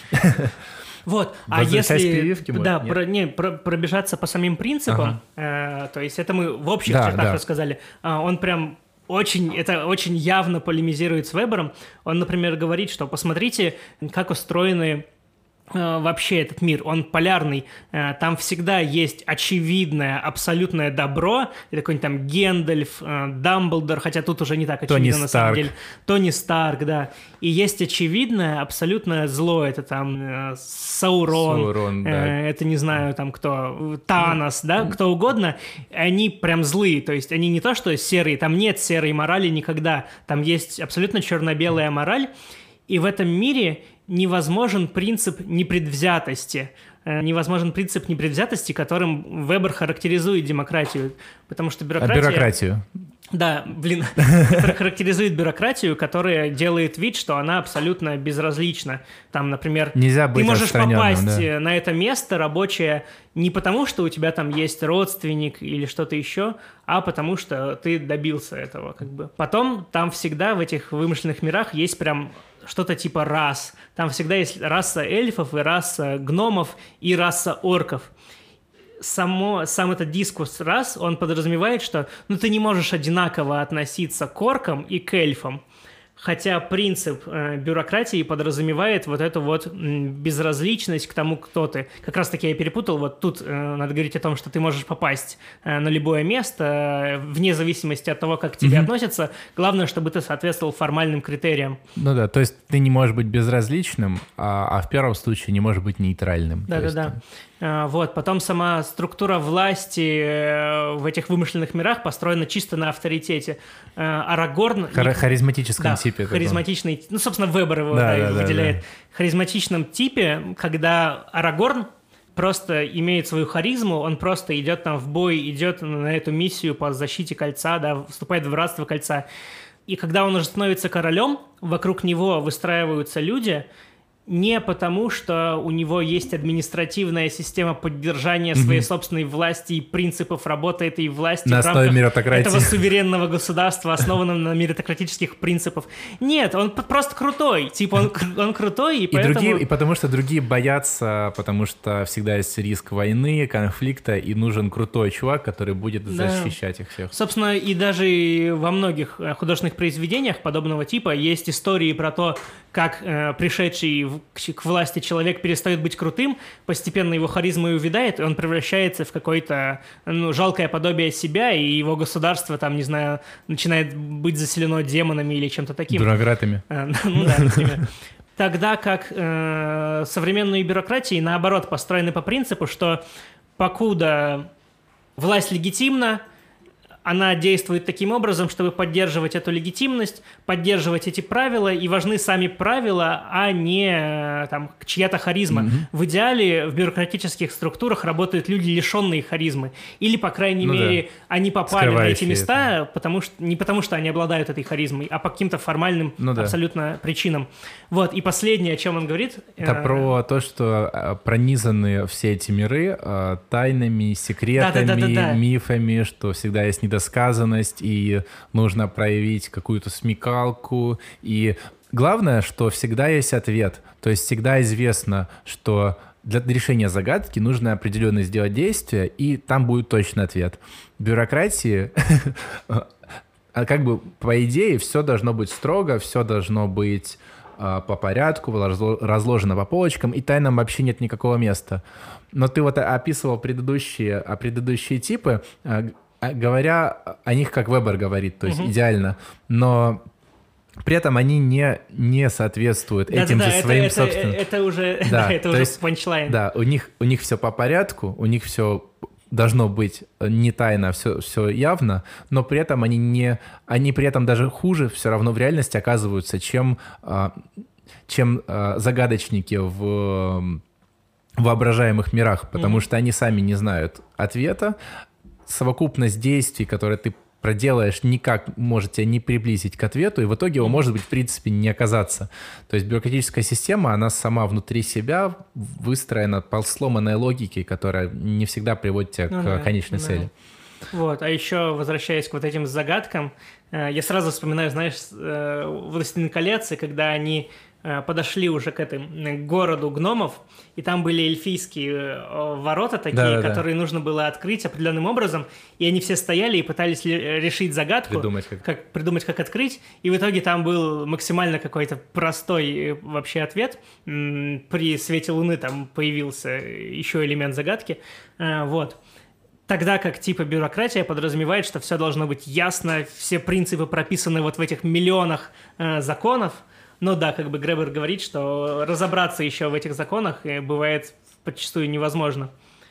Вот, а если пробежаться по самим принципам, то есть это мы в общих чертах рассказали, он прям... Это очень явно полемизирует с Вебером. Он, например, говорит, что посмотрите, как устроены вообще этот мир. Он полярный. Там всегда есть очевидное, абсолютное добро. Это какой-нибудь там Гендальф, Дамблдор, хотя тут уже не так очевидно на самом деле. Тони Старк, да. И есть очевидное, абсолютное зло. Это там Саурон, это не знаю там кто, Танос, да, кто угодно. Они прям злые. То есть они не то, что серые, там нет серой морали никогда. Там есть абсолютно черно-белая мораль. И в этом мире невозможен принцип непредвзятости. Которым Вебер характеризует демократию. Потому что бюрократия... бюрократию? Да, характеризует бюрократию, которая делает вид, что она абсолютно безразлична. Там, например, нельзя быть ты можешь попасть да. на это место рабочее не потому, что у тебя там есть родственник или что-то еще, а потому что ты добился этого. Потом там всегда в этих вымышленных мирах есть прям что-то типа рас. Там всегда есть раса эльфов и раса гномов и раса орков. Сам этот дискурс рас, он подразумевает, что ты не можешь одинаково относиться к оркам и к эльфам. Хотя принцип бюрократии подразумевает вот эту вот безразличность к тому, кто ты. Как раз-таки я перепутал. Вот тут надо говорить о том, что ты можешь попасть на любое место, вне зависимости от того, как к тебе относятся. Главное, чтобы ты соответствовал формальным критериям. Ну да, то есть ты не можешь быть безразличным, а в первом случае не можешь быть нейтральным. Да-да-да. Вот, потом сама структура власти в этих вымышленных мирах построена чисто на авторитете. Арагорн... Харизматическом типе. Харизматичный... собственно, Вебер его выделяет. Да. Харизматичном типе, когда Арагорн просто имеет свою харизму, он просто идет там в бой, идет на эту миссию по защите кольца, да, вступает в братство кольца. И когда он уже становится королем, вокруг него выстраиваются люди... Не потому, что у него есть административная система поддержания своей собственной власти и принципов работы этой власти на основе меритократии. Этого суверенного государства, основанного на меритократических принципах. Нет, он просто крутой. Он крутой, и поэтому... И потому что другие боятся, потому что всегда есть риск войны, конфликта, и нужен крутой чувак, который будет защищать их всех. Собственно, и даже во многих художественных произведениях подобного типа есть истории про то, как пришедший к власти человек перестает быть крутым, постепенно его харизма увядает, и он превращается в какое-то жалкое подобие себя, и его государство, там, не знаю, начинает быть заселено демонами или чем-то таким. Бюрократами. Ну да, например. Тогда как современные бюрократии, наоборот, построены по принципу, что покуда власть легитимна, она действует таким образом, чтобы поддерживать эту легитимность, поддерживать эти правила, и важны сами правила, а не там чья-то харизма. В идеале в бюрократических структурах работают люди, лишенные харизмы. Или, по крайней мере, они попали на эти места, не потому что они обладают этой харизмой, а по каким-то формальным абсолютно причинам. Вот, и последнее, о чем он говорит... Это про то, что пронизаны все эти миры тайнами, секретами, мифами, что всегда есть недосказанность, и нужно проявить какую-то смекалку. И главное, что всегда есть ответ. То есть всегда известно, что для решения загадки нужно определенно сделать действие, и там будет точный ответ. В бюрократии, как бы по идее, все должно быть строго, все должно быть по порядку, разложено по полочкам, и тайнам вообще нет никакого места. Но ты вот описывал предыдущие типы, говоря о них, как Вебер говорит, то есть идеально, но при этом они не соответствуют этим же своим собственным... Это уже панчлайн. Да, у них все по порядку, у них все должно быть не тайно, все явно, но при этом они при этом даже хуже все равно в реальности оказываются, чем загадочники в воображаемых мирах, потому что они сами не знают ответа. Совокупность действий, которые ты проделаешь, никак может тебя не приблизить к ответу, и в итоге его может быть, в принципе, не оказаться. То есть бюрократическая система, она сама внутри себя выстроена по сломанной логике, которая не всегда приводит тебя к конечной цели. Вот, а еще, возвращаясь к вот этим загадкам, я сразу вспоминаю, знаешь, «Властелин колец», и когда они подошли уже к городу гномов, и там были эльфийские ворота такие, которые нужно было открыть определенным образом, и они все стояли и пытались решить загадку, придумать, как открыть, и в итоге там был максимально какой-то простой вообще ответ. При свете луны там появился еще элемент загадки. Вот. Тогда как типа бюрократия подразумевает, что все должно быть ясно, все принципы прописаны вот в этих миллионах законов. Но да, как бы Гребер говорит, что разобраться еще в этих законах бывает подчастую невозможно.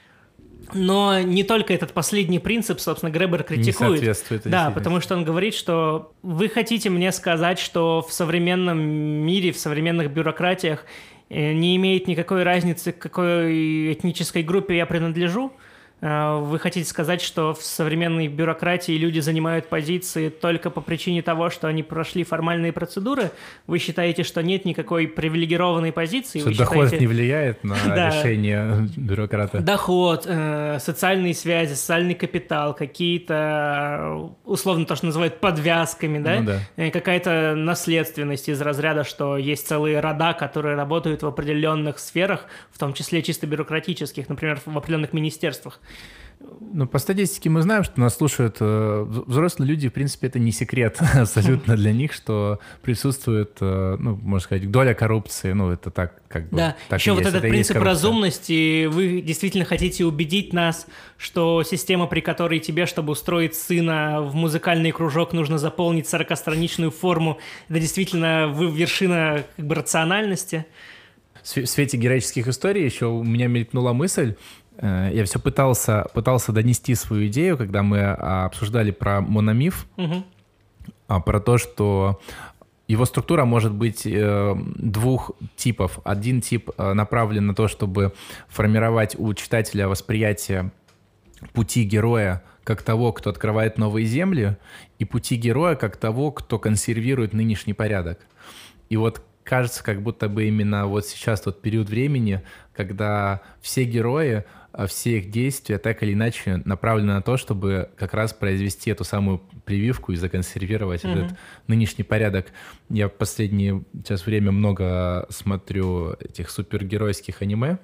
Но не только этот последний принцип, собственно, Гребер критикует. Не соответствует. Да, потому что он говорит, что вы хотите мне сказать, что в современном мире, в современных бюрократиях не имеет никакой разницы, к какой этнической группе я принадлежу? Вы хотите сказать, что в современной бюрократии люди занимают позиции только по причине того, что они прошли формальные процедуры? Вы считаете, что нет никакой привилегированной позиции? Что доход не влияет на решение бюрократа? Доход, социальные связи, социальный капитал, какие-то, условно то, что называют подвязками, да? Какая-то наследственность из разряда, что есть целые рода, которые работают в определенных сферах, в том числе чисто бюрократических, например, в определенных министерствах. Ну, по статистике мы знаем, что нас слушают взрослые люди, в принципе, это не секрет абсолютно для них, что присутствует, ну, можно сказать, доля коррупции, ну, это так, как бы... Да, так еще вот этот принцип разумности, вы действительно хотите убедить нас, что система, при которой тебе, чтобы устроить сына в музыкальный кружок, нужно заполнить 40-страничную форму, это действительно вершина как бы рациональности. В свете героических историй еще у меня мелькнула мысль. Я все пытался донести свою идею, когда мы обсуждали про мономиф, про то, что его структура может быть двух типов. Один тип направлен на то, чтобы формировать у читателя восприятие пути героя как того, кто открывает новые земли, и пути героя как того, кто консервирует нынешний порядок. И вот кажется, как будто бы именно вот сейчас тот период времени, когда все герои, все их действия так или иначе направлены на то, чтобы как раз произвести эту самую прививку и законсервировать этот нынешний порядок. Я в последнее сейчас время много смотрю этих супергеройских аниме,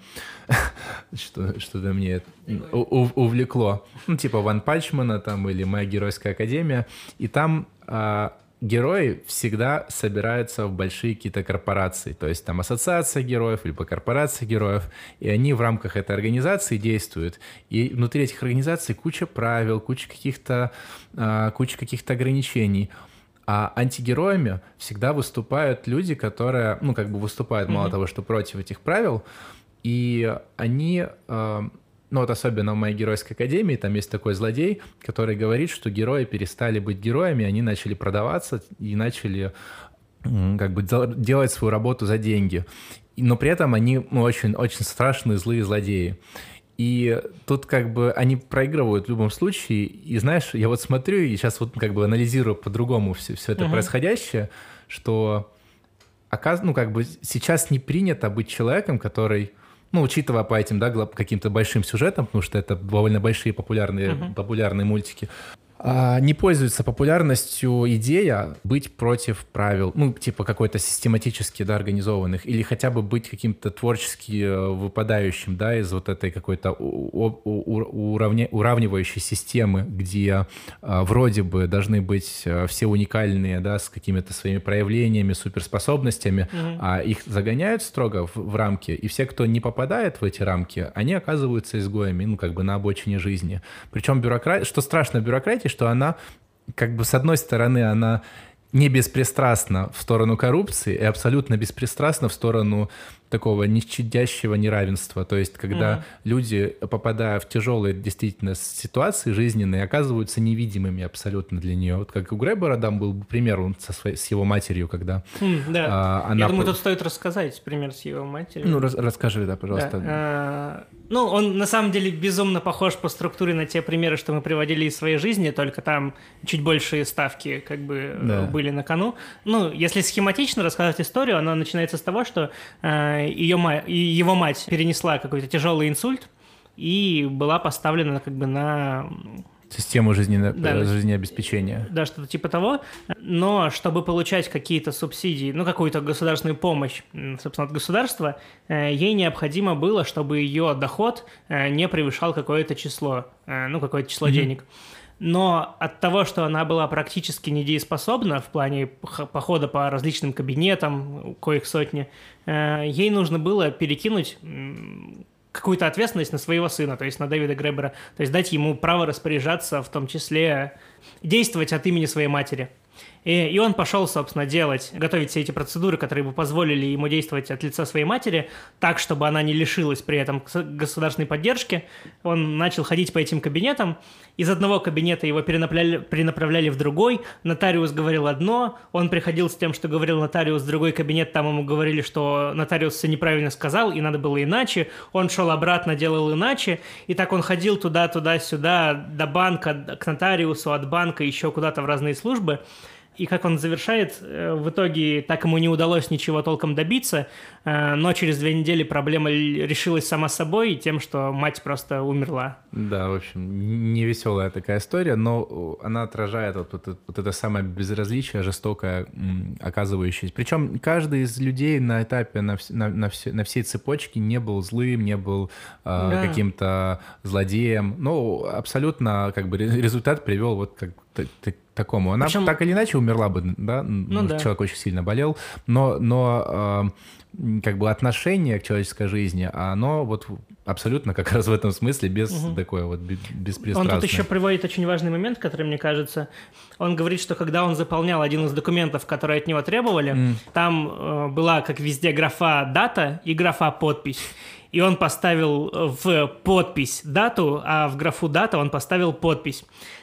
что-то мне увлекло. Ну, типа Ван Панчмана там или Моя геройская академия. И там... герои всегда собираются в большие какие-то корпорации, то есть там ассоциация героев, либо корпорация героев, и они в рамках этой организации действуют. И внутри этих организаций куча правил, куча каких-то ограничений. А антигероями всегда выступают люди, которые, ну, как бы выступают мало того, что против этих правил, и они Ну вот особенно в моей геройской академии там есть такой злодей, который говорит, что герои перестали быть героями, они начали продаваться и начали как бы делать свою работу за деньги. Но при этом они очень, очень страшные злые злодеи. И тут как бы они проигрывают в любом случае. И знаешь, я вот смотрю и сейчас вот как бы анализирую по-другому все это происходящее, что ну как бы сейчас не принято быть человеком, который... Ну, учитывая по этим, да, каким-то большим сюжетам, потому что это довольно большие популярные мультики, не пользуется популярностью идея быть против правил, ну, типа какой-то систематически, да, организованных, или хотя бы быть каким-то творчески выпадающим, да, из вот этой какой-то уравнивающей системы, где вроде бы должны быть все уникальные, да, с какими-то своими проявлениями, суперспособностями, а их загоняют строго в рамки, и все, кто не попадает в эти рамки, они оказываются изгоями, ну, как бы на обочине жизни. Причем что страшно в бюрократии, что она, как бы, с одной стороны, она не беспристрастна в сторону коррупции и абсолютно беспристрастна в сторону такого нещадящего неравенства. То есть, когда люди, попадая в тяжелые действительно ситуации жизненные, оказываются невидимыми абсолютно для нее. Вот как у Гребера там был пример он с его матерью, когда она... Я думаю, тут стоит рассказать пример с его матерью. Ну, расскажи, да, пожалуйста. Да. Ну, он на самом деле безумно похож по структуре на те примеры, что мы приводили из своей жизни, только там чуть большие ставки как бы были на кону. Ну, если схематично рассказать историю, она начинается с того, что его мать перенесла какой-то тяжелый инсульт и была поставлена как бы на... Систему жизнеобеспечения. Да, что-то типа того. Но чтобы получать какие-то субсидии, ну, какую-то государственную помощь, собственно, от государства, ей необходимо было, чтобы ее доход не превышал какое-то число, денег. Но от того, что она была практически недееспособна в плане похода по различным кабинетам, коих сотни, ей нужно было перекинуть какую-то ответственность на своего сына, то есть на Дэвида Гребера, то есть дать ему право распоряжаться, в том числе действовать от имени своей матери. И он пошел, собственно, готовить все эти процедуры, которые бы позволили ему действовать от лица своей матери, так, чтобы она не лишилась при этом государственной поддержки. Он начал ходить по этим кабинетам. Из одного кабинета его перенаправляли в другой. Нотариус говорил одно, он приходил с тем, что говорил нотариус, в другой кабинет, там ему говорили, что нотариус все неправильно сказал, и надо было иначе. Он шел обратно, делал иначе. И так он ходил туда-сюда, до банка, к нотариусу, от банка еще куда-то в разные службы. И как он завершает, в итоге так ему не удалось ничего толком добиться, но через 2 недели проблема решилась сама собой тем, что мать просто умерла. Да, в общем, невеселая такая история, но она отражает вот это самое безразличие, жестокое оказывающееся. Причем каждый из людей на этапе, на всей цепочке не был злым, не был каким-то злодеем. Ну, абсолютно как бы результат привел вот как такому. Она так или иначе умерла бы, да? Человек очень сильно болел, но как бы отношение к человеческой жизни, оно вот абсолютно как раз в этом смысле такое вот беспристрастное. Он тут еще приводит очень важный момент, который, мне кажется, он говорит, что когда он заполнял один из документов, которые от него требовали, там была, как везде, графа «дата» и графа «подпись». И он поставил в подпись дату, а в графу «дата» он поставил подпись.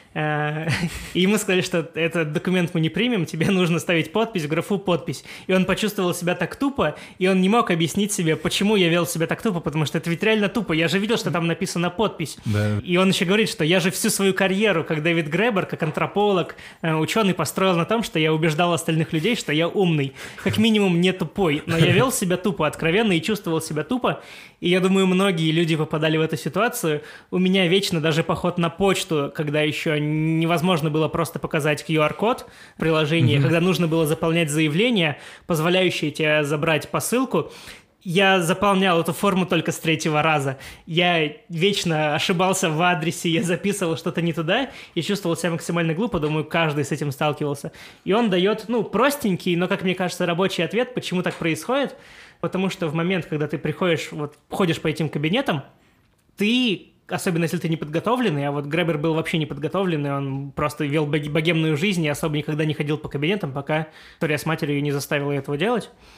И ему сказали, что этот документ мы не примем, тебе нужно ставить подпись в графу «подпись». И он почувствовал себя так тупо, и он не мог объяснить себе, почему я вел себя так тупо, потому что это ведь реально тупо. Я же видел, что там написано «подпись». Да. И он еще говорит, что я же всю свою карьеру, как Дэвид Гребер, как антрополог, ученый, построил на том, что я убеждал остальных людей, что я умный. Как минимум не тупой. Но я вел себя тупо, откровенно, и чувствовал себя тупо. И я думаю, многие люди попадали в эту ситуацию. У меня вечно даже поход на почту, когда еще невозможно было просто показать QR-код в приложении, когда нужно было заполнять заявление, позволяющее тебе забрать посылку. Я заполнял эту форму только с 3-го раза. Я вечно ошибался в адресе, я записывал что-то не туда и чувствовал себя максимально глупо. Думаю, каждый с этим сталкивался. И он дает, простенький, но, как мне кажется, рабочий ответ, почему так происходит. Потому что в момент, когда ты ходишь по этим кабинетам, ты, особенно если ты не подготовленный, а вот Гребер был вообще не подготовленный, он просто вел богемную жизнь и особо никогда не ходил по кабинетам, пока история с матерью не заставила этого делать.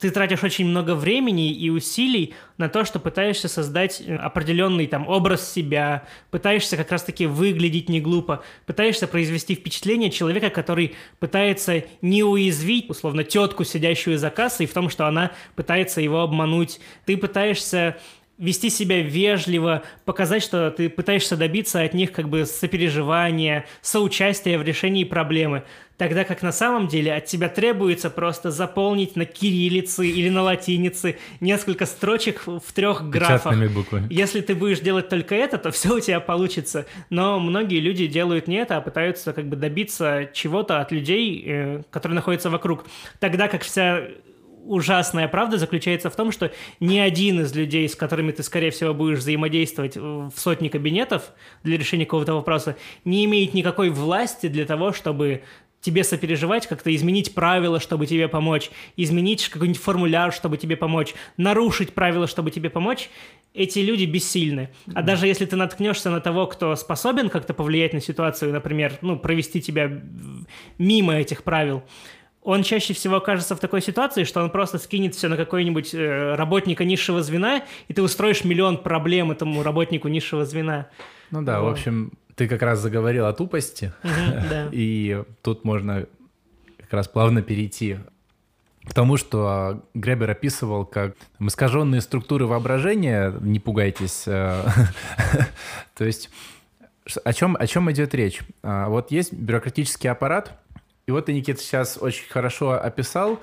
ты тратишь очень много времени и усилий на то, что пытаешься создать определенный там образ себя, пытаешься как раз-таки выглядеть не глупо, пытаешься произвести впечатление человека, который пытается не уязвить, условно, тетку, сидящую за кассой, в том, что она пытается его обмануть. Ты пытаешься вести себя вежливо, показать, что ты пытаешься добиться от них как бы сопереживания, соучастия в решении проблемы. Тогда как на самом деле от тебя требуется просто заполнить на кириллице или на латинице несколько строчек в 3 графах. Печатными буквами. Если ты будешь делать только это, то все у тебя получится. Но многие люди делают не это, а пытаются как бы добиться чего-то от людей, которые находятся вокруг. Тогда как вся ужасная правда заключается в том, что ни один из людей, с которыми ты, скорее всего, будешь взаимодействовать в сотни кабинетов для решения какого-то вопроса, не имеет никакой власти для того, чтобы тебе сопереживать, как-то изменить правила, чтобы тебе помочь, изменить какой-нибудь формуляр, чтобы тебе помочь, нарушить правила, чтобы тебе помочь. Эти люди бессильны. А даже если ты наткнешься на того, кто способен как-то повлиять на ситуацию, например, провести тебя мимо этих правил, он чаще всего окажется в такой ситуации, что он просто скинет все на какой-нибудь работника низшего звена, и ты устроишь миллион проблем этому работнику низшего звена. Ну да, в общем, ты как раз заговорил о тупости, и тут можно как раз плавно перейти к тому, что Гребер описывал как искаженные структуры воображения, не пугайтесь. То есть о чем идет речь? Вот есть бюрократический аппарат, и вот ты, Никита, сейчас очень хорошо описал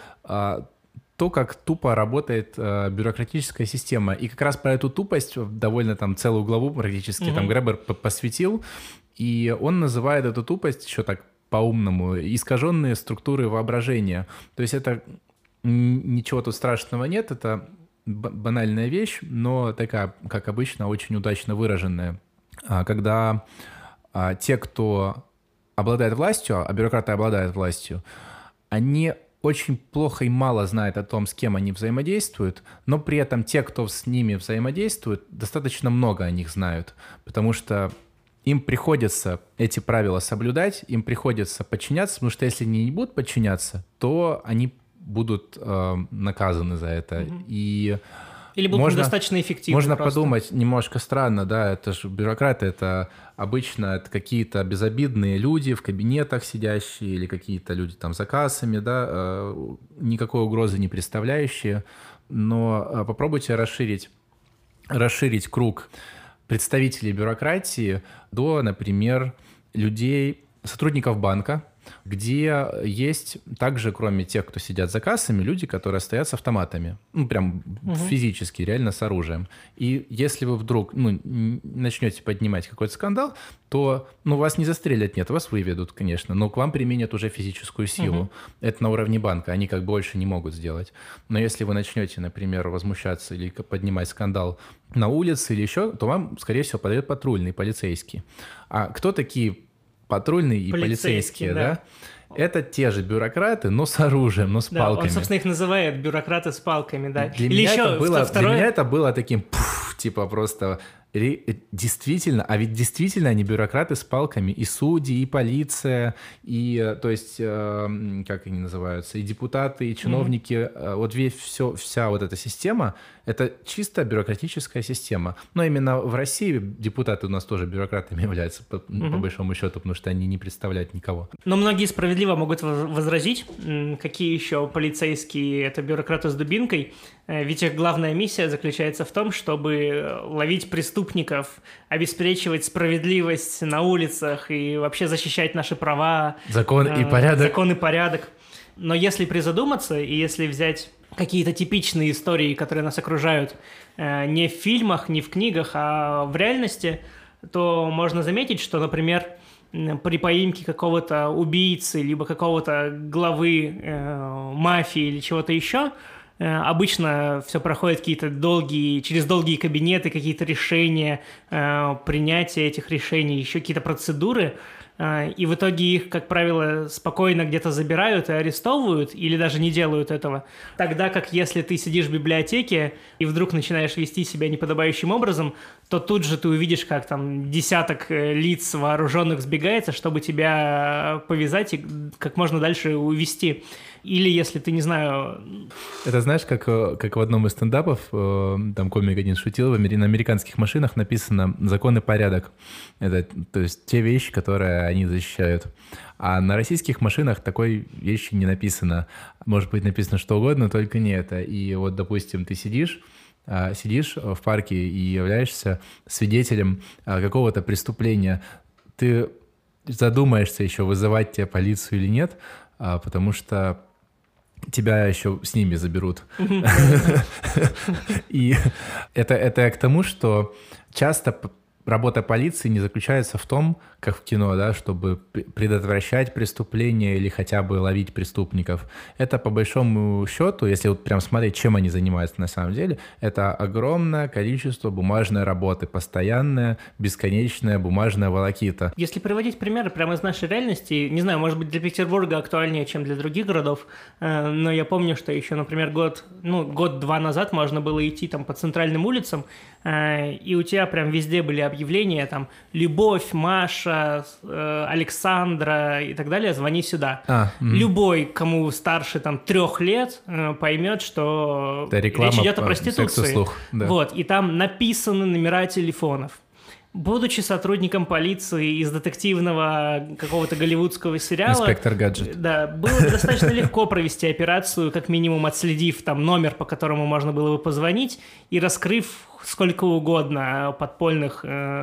то, как тупо работает бюрократическая система. И как раз про эту тупость довольно там целую главу практически там Гребер посвятил. И он называет эту тупость еще так по-умному искаженные структуры воображения. То есть это ничего тут страшного нет, это банальная вещь, но такая, как обычно, очень удачно выраженная. Когда те, кто обладает властью, а бюрократы обладают властью, они очень плохо и мало знают о том, с кем они взаимодействуют, но при этом те, кто с ними взаимодействует, достаточно много о них знают, потому что им приходится эти правила соблюдать, им приходится подчиняться, потому что если они не будут подчиняться, то они будут наказаны за это. Или будут недостаточно эффективны. Можно подумать, немножко странно, да, это же бюрократы, это обычно какие-то безобидные люди в кабинетах сидящие или какие-то люди там за кассами, да, никакой угрозы не представляющие, но попробуйте расширить круг представителей бюрократии до, например, людей, сотрудников банка, где есть также, кроме тех, кто сидят за кассами, люди, которые стоят с автоматами. Прям физически, реально с оружием. И если вы вдруг начнете поднимать какой-то скандал, то вас не застрелят, нет, вас выведут, конечно, но к вам применят уже физическую силу. Это на уровне банка, они как бы больше не могут сделать. Но если вы начнете, например, возмущаться или поднимать скандал на улице или еще, то вам, скорее всего, подойдет патрульный, полицейский. А кто такие патрульные и полицейские, да? Это те же бюрократы, но с оружием, но с палками. Он, собственно, их называет бюрократы с палками, да. Для меня это было таким, типа просто... Действительно, а ведь действительно они бюрократы с палками, и судьи, и полиция, и, то есть, как они называются, и депутаты, и чиновники, вот вся вот эта система, это чисто бюрократическая система. Но именно в России депутаты у нас тоже бюрократами являются, по большому счету, потому что они не представляют никого. Но многие справедливо могут возразить, какие еще полицейские это бюрократы с дубинкой, ведь их главная миссия заключается в том, чтобы ловить преступников, обеспечивать справедливость на улицах и вообще защищать наши права. Закон и порядок. Закон и порядок. Но если призадуматься, и если взять какие-то типичные истории, которые нас окружают не в фильмах, не в книгах, а в реальности, то можно заметить, что, например, при поимке какого-то убийцы, либо какого-то главы мафии или чего-то еще, обычно все проходит через долгие кабинеты, какие-то решения, принятие этих решений, еще какие-то процедуры, и в итоге их, как правило, спокойно где-то забирают и арестовывают, или даже не делают этого. Тогда как если ты сидишь в библиотеке и вдруг начинаешь вести себя неподобающим образом, то тут же ты увидишь, как там десяток лиц вооруженных сбегается, чтобы тебя повязать и как можно дальше увезти. Или если ты, не знаю... Это знаешь, как в одном из стендапов, там комик один шутил, на американских машинах написано «закон и порядок». Это, то есть те вещи, которые они защищают. А на российских машинах такой вещи не написано. Может быть написано что угодно, только не это. И вот, допустим, ты сидишь в парке и являешься свидетелем какого-то преступления, ты задумаешься еще, вызывать тебе полицию или нет, потому что тебя еще с ними заберут. И это я к тому, что часто работа полиции не заключается в том, как в кино, да, чтобы предотвращать преступления или хотя бы ловить преступников. Это по большому счету, если вот прям смотреть, чем они занимаются на самом деле, это огромное количество бумажной работы, постоянная, бесконечная бумажная волокита. Если приводить примеры прямо из нашей реальности, не знаю, может быть, для Петербурга актуальнее, чем для других городов, но я помню, что еще, например, год-два назад можно было идти там по центральным улицам, и у тебя прям везде были объявления, там, «Любовь», «Маша», «Александра» и так далее, звони сюда. Любой, кому старше там 3 лет, поймет, что речь идет о проституции. Да. Вот, и там написаны номера телефонов. Будучи сотрудником полиции из детективного какого-то голливудского сериала... «Инспектор Гаджет». Да, было достаточно легко провести операцию, как минимум отследив там номер, по которому можно было бы позвонить, и раскрыв сколько угодно подпольных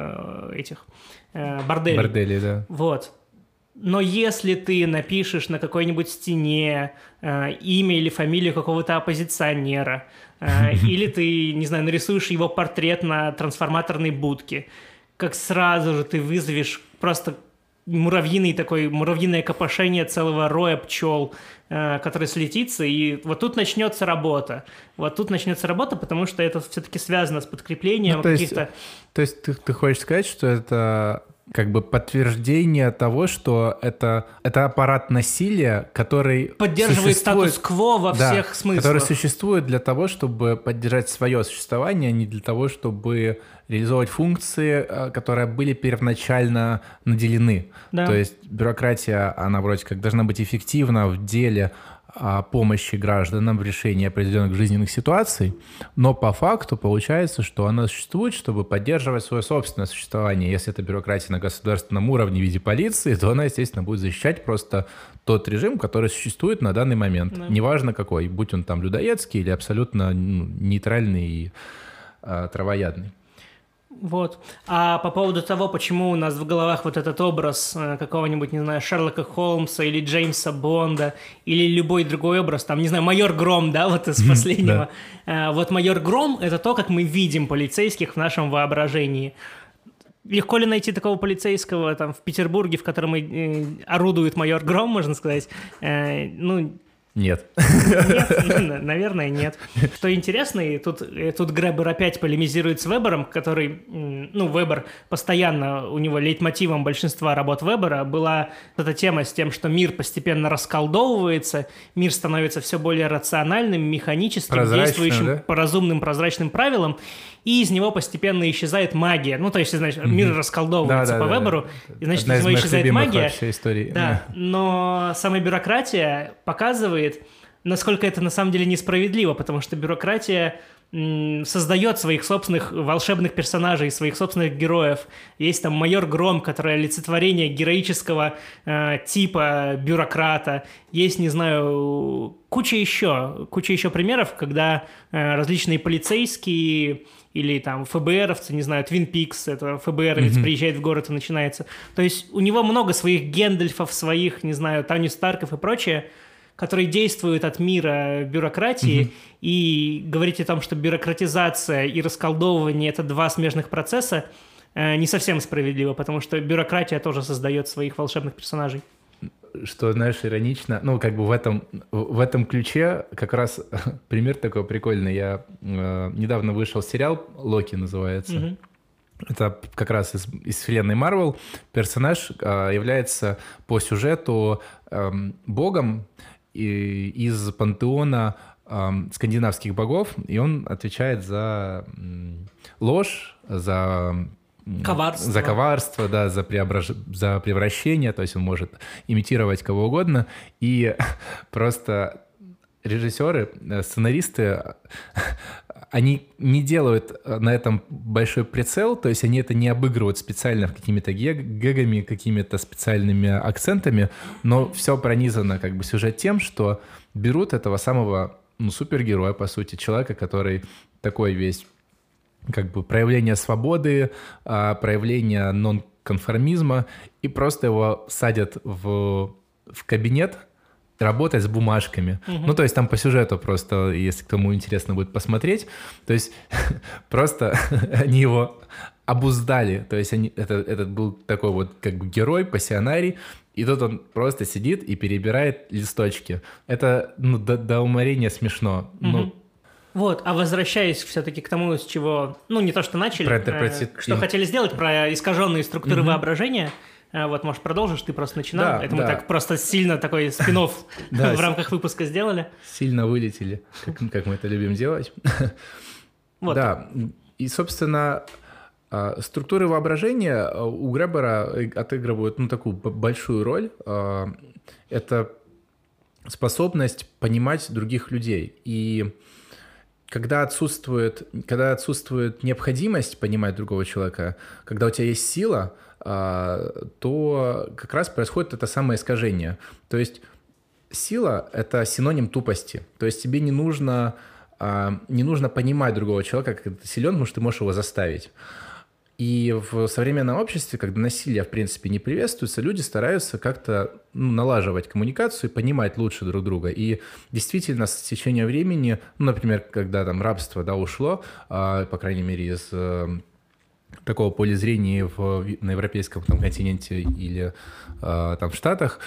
борделей. Борделей, да. Вот. Но если ты напишешь на какой-нибудь стене имя или фамилию какого-то оппозиционера, или ты, не знаю, нарисуешь его портрет на трансформаторной будке, как сразу же ты вызовешь просто муравьиное копошение целого роя пчел, который слетится, и вот тут начнется работа. Потому что это все-таки связано с подкреплением каких-то... То есть ты хочешь сказать, что это как бы подтверждение того, что это аппарат насилия, который поддерживает статус-кво во всех смыслах. Который существует для того, чтобы поддержать свое существование, а не для того, чтобы реализовывать функции, которые были первоначально наделены. Да. То есть бюрократия, она вроде как должна быть эффективна в деле помощи гражданам в решении определенных жизненных ситуаций, но по факту получается, что она существует, чтобы поддерживать свое собственное существование. Если это бюрократия на государственном уровне в виде полиции, то она, естественно, будет защищать просто тот режим, который существует на данный момент. Да. Неважно какой, будь он там людоедский или абсолютно нейтральный и травоядный. Вот. А по поводу того, почему у нас в головах вот этот образ какого-нибудь, не знаю, Шерлока Холмса или Джеймса Бонда или любой другой образ, там, не знаю, майор Гром, да, вот из последнего. Да. Вот майор Гром — это то, как мы видим полицейских в нашем воображении. Легко ли найти такого полицейского там в Петербурге, в котором орудует майор Гром, можно сказать? Нет. Нет, наверное, нет. Что интересно, и тут Гребер опять полемизирует с Вебером, который, Вебер постоянно, у него лейтмотивом большинства работ Вебера была эта тема с тем, что мир постепенно расколдовывается, мир становится все более рациональным, механическим, действующим по разумным прозрачным правилам, и из него постепенно исчезает магия. То есть, значит, мир расколдовывается по Веберу, и, значит, из него исчезает магия. Да, но сама бюрократия показывает, насколько это на самом деле несправедливо, потому что бюрократия создает своих собственных волшебных персонажей, своих собственных героев. Есть там майор Гром, который олицетворение героического типа бюрократа. Есть, не знаю, куча еще примеров, когда различные полицейские или там ФБРовцы, не знаю, Twin Peaks, это ФБРовец приезжает в город и начинается. То есть у него много своих Гэндальфов, своих, не знаю, Тони Старков и прочее, которые действуют от мира бюрократии, и говорить о том, что бюрократизация и расколдовывание — это два смежных процесса, не совсем справедливо, потому что бюрократия тоже создает своих волшебных персонажей. Что, знаешь, иронично, в этом ключе как раз пример такой прикольный. Я недавно вышел сериал «Локи» называется. Это как раз из вселенной Марвел. Персонаж является по сюжету богом из пантеона скандинавских богов, и он отвечает за ложь, за коварство, да, за превращение, то есть он может имитировать кого угодно, и просто режиссеры, сценаристы, они не делают на этом большой прицел, то есть они это не обыгрывают специально какими-то гэгами, какими-то специальными акцентами, но все пронизано как бы сюжет тем, что берут этого самого супергероя, по сути, человека, который такой весь как бы проявление свободы, проявление нонконформизма, и просто его садят в кабинет работать с бумажками. Ну, то есть там по сюжету просто, если кому интересно будет посмотреть, то есть просто они его обуздали, то есть этот был такой вот как бы герой, пассионарий, и тут он просто сидит и перебирает листочки. Это, до уморения смешно. Вот, а возвращаясь все-таки к тому, с чего, не то, что начали, что хотели сделать, про искаженные структуры воображения. Вот, может, продолжишь, ты просто начинал. Да, это мы так просто сильно такой спин-офф в рамках выпуска сделали. Сильно вылетели, как мы это любим делать. Да, и, собственно, структуры воображения у Гребера отыгрывают такую большую роль. Это способность понимать других людей. И когда отсутствует необходимость понимать другого человека, когда у тебя есть сила, то как раз происходит это самое искажение. То есть сила — это синоним тупости. То есть тебе не нужно понимать другого человека, как ты силен, потому что ты можешь его заставить. И в современном обществе, когда насилие, в принципе, не приветствуется, люди стараются как-то налаживать коммуникацию и понимать лучше друг друга. И действительно, с течением времени, например, когда там рабство ушло, по крайней мере, из такого поля зрения на европейском континенте или там в Штатах,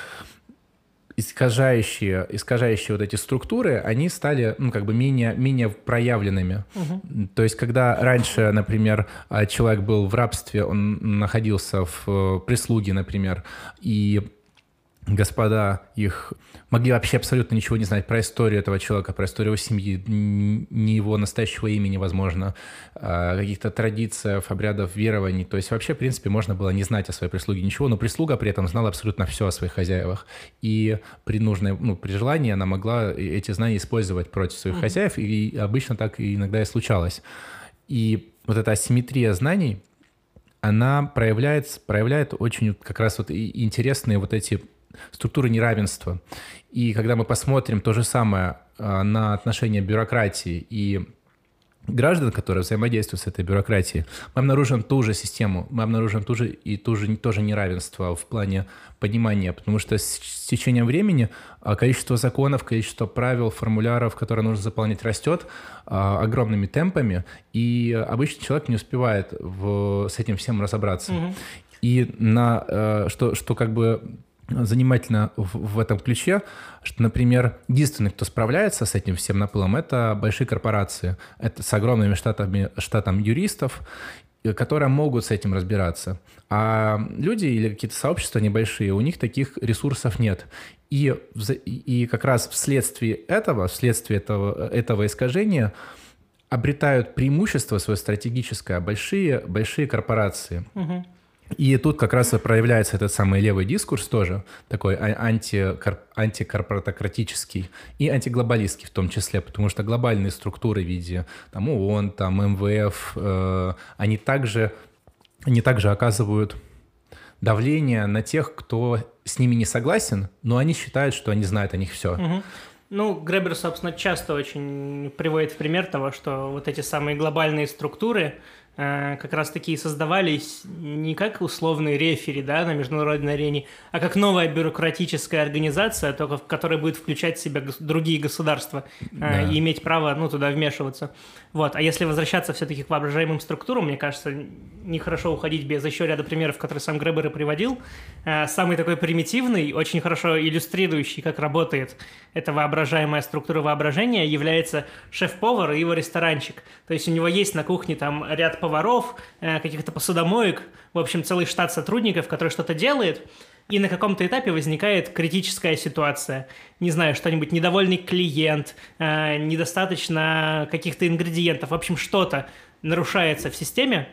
искажающие вот эти структуры, они стали, менее проявленными. То есть, когда раньше, например, человек был в рабстве, он находился в прислуге, например, и господа их могли вообще абсолютно ничего не знать про историю этого человека, про историю его семьи, ни его настоящего имени, возможно, каких-то традиций, обрядов, верований. То есть вообще, в принципе, можно было не знать о своей прислуге ничего, но прислуга при этом знала абсолютно все о своих хозяевах. И при желании она могла эти знания использовать против своих хозяев, и обычно так и иногда и случалось. И вот эта асимметрия знаний, она проявляет очень как раз вот интересные вот эти структуры неравенства. И когда мы посмотрим то же самое на отношения бюрократии и граждан, которые взаимодействуют с этой бюрократией, мы обнаружим ту же систему, мы обнаружим тоже неравенство в плане понимания, потому что с течением времени количество законов, количество правил, формуляров, которые нужно заполнять, растет огромными темпами, и обычный человек не успевает с этим всем разобраться. И что как бы занимательно в этом ключе, что, например, единственный, кто справляется с этим всем наплывом, это большие корпорации. Это с огромными штатом юристов, которые могут с этим разбираться. А люди или какие-то сообщества небольшие, у них таких ресурсов нет. И как раз вследствие этого искажения обретают преимущество свое стратегическое большие корпорации. И тут как раз и проявляется этот самый левый дискурс тоже, такой антикорпоратократический и антиглобалистский в том числе, потому что глобальные структуры в виде там, ООН, там, МВФ, они также оказывают давление на тех, кто с ними не согласен, но они считают, что они знают о них все. Гребер, собственно, часто очень приводит в пример того, что вот эти самые глобальные структуры как раз-таки и создавались не как условные рефери, да, на международной арене, а как новая бюрократическая организация, только в которой будет включать в себя другие государства и иметь право туда вмешиваться. Вот. А если возвращаться все-таки к воображаемым структурам, мне кажется, нехорошо уходить без еще ряда примеров, которые сам Гребер и приводил. Самый такой примитивный, очень хорошо иллюстрирующий, как работает эта воображаемая структура воображения, является шеф-повар и его ресторанчик. То есть у него есть на кухне там ряд поваров, каких-то посудомоек, в общем, целый штат сотрудников, который что-то делает, и на каком-то этапе возникает критическая ситуация. Не знаю, что-нибудь, недовольный клиент, недостаточно каких-то ингредиентов, в общем, что-то нарушается в системе,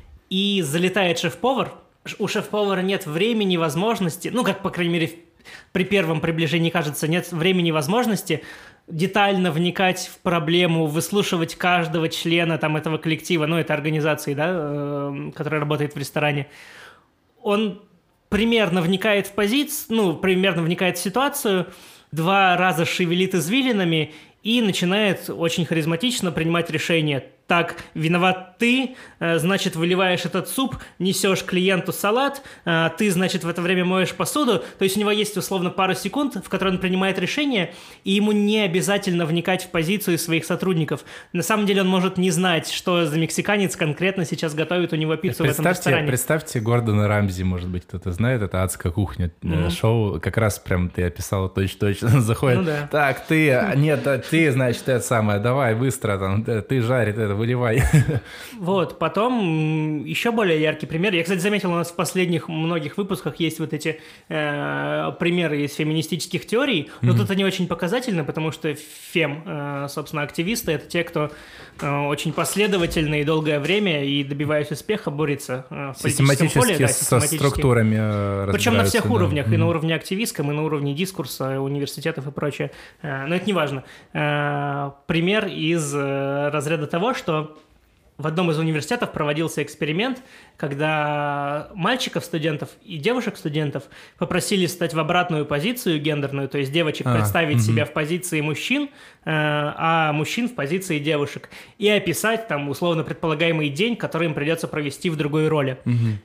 и залетает шеф-повар. У шеф-повара нет времени, возможности, ну, как, по крайней мере, при первом приближении, кажется, нет времени, возможности детально вникать в проблему, выслушивать каждого члена там, этого коллектива, ну, этой организации, да, которая работает в ресторане. Он примерно вникает в позицию, ну, примерно вникает в ситуацию, 2 раза шевелит извилинами и начинает очень харизматично принимать решение. Так, виноват ты, значит, выливаешь этот суп, несешь клиенту салат, ты, значит, в это время моешь посуду. То есть у него есть, условно, пару секунд, в которые он принимает решение, и ему не обязательно вникать в позицию своих сотрудников. На самом деле он может не знать, что за мексиканец конкретно сейчас готовит у него пиццу в этом ресторане. Представьте Гордона Рамзи, может быть, кто-то знает, это «Адская кухня» шоу, как раз прям ты описала точно-точно, заходит, так, ты, нет, ты, значит, это самое, давай, быстро, там, ты жарит это, выливай. Вот, потом еще более яркий пример. Я, кстати, заметил, у нас в последних многих выпусках есть вот эти примеры из феминистических теорий, но тут они очень показательны, потому что собственно, активисты — это те, кто очень последовательно и долгое время и добиваясь успеха борется в политическом поле. Да, со структурами разбираются. Причем на всех уровнях, и на уровне активистском, и на уровне дискурса, университетов и прочее. Но это не важно. Пример из разряда того, что в одном из университетов проводился эксперимент, когда мальчиков-студентов и девушек-студентов попросили стать в обратную позицию гендерную, то есть девочек представить себя в позиции мужчин, а мужчин в позиции девушек, и описать там условно предполагаемый день, который им придется провести в другой роли.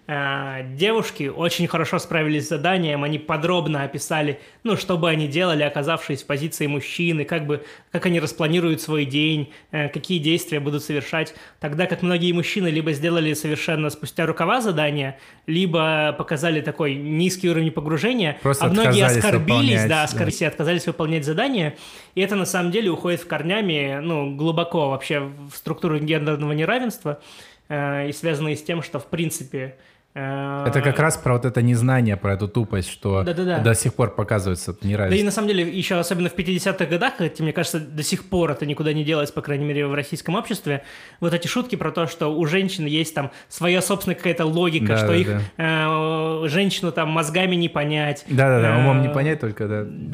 Девушки очень хорошо справились с заданием, они подробно описали, ну, что бы они делали, оказавшись в позиции мужчины, как они распланируют свой день, какие действия будут совершать. Тогда как многие мужчины либо сделали совершенно спустя рукава задания, либо показали такой низкий уровень погружения, просто а многие оскорбились, и отказались выполнять задания. И это на самом деле уходит в корнями, ну, глубоко вообще в структуру гендерного неравенства и связано и с тем, что в принципе... Это как раз про вот это незнание, про эту тупость, что до сих пор показывается неравенство. Да и на самом деле еще особенно в 50-х годах, мне кажется, до сих пор это никуда не делось, по крайней мере, в российском обществе, вот эти шутки про то, что у женщин есть там своя собственная какая-то логика, что их женщину там мозгами не понять. Умом не понять только,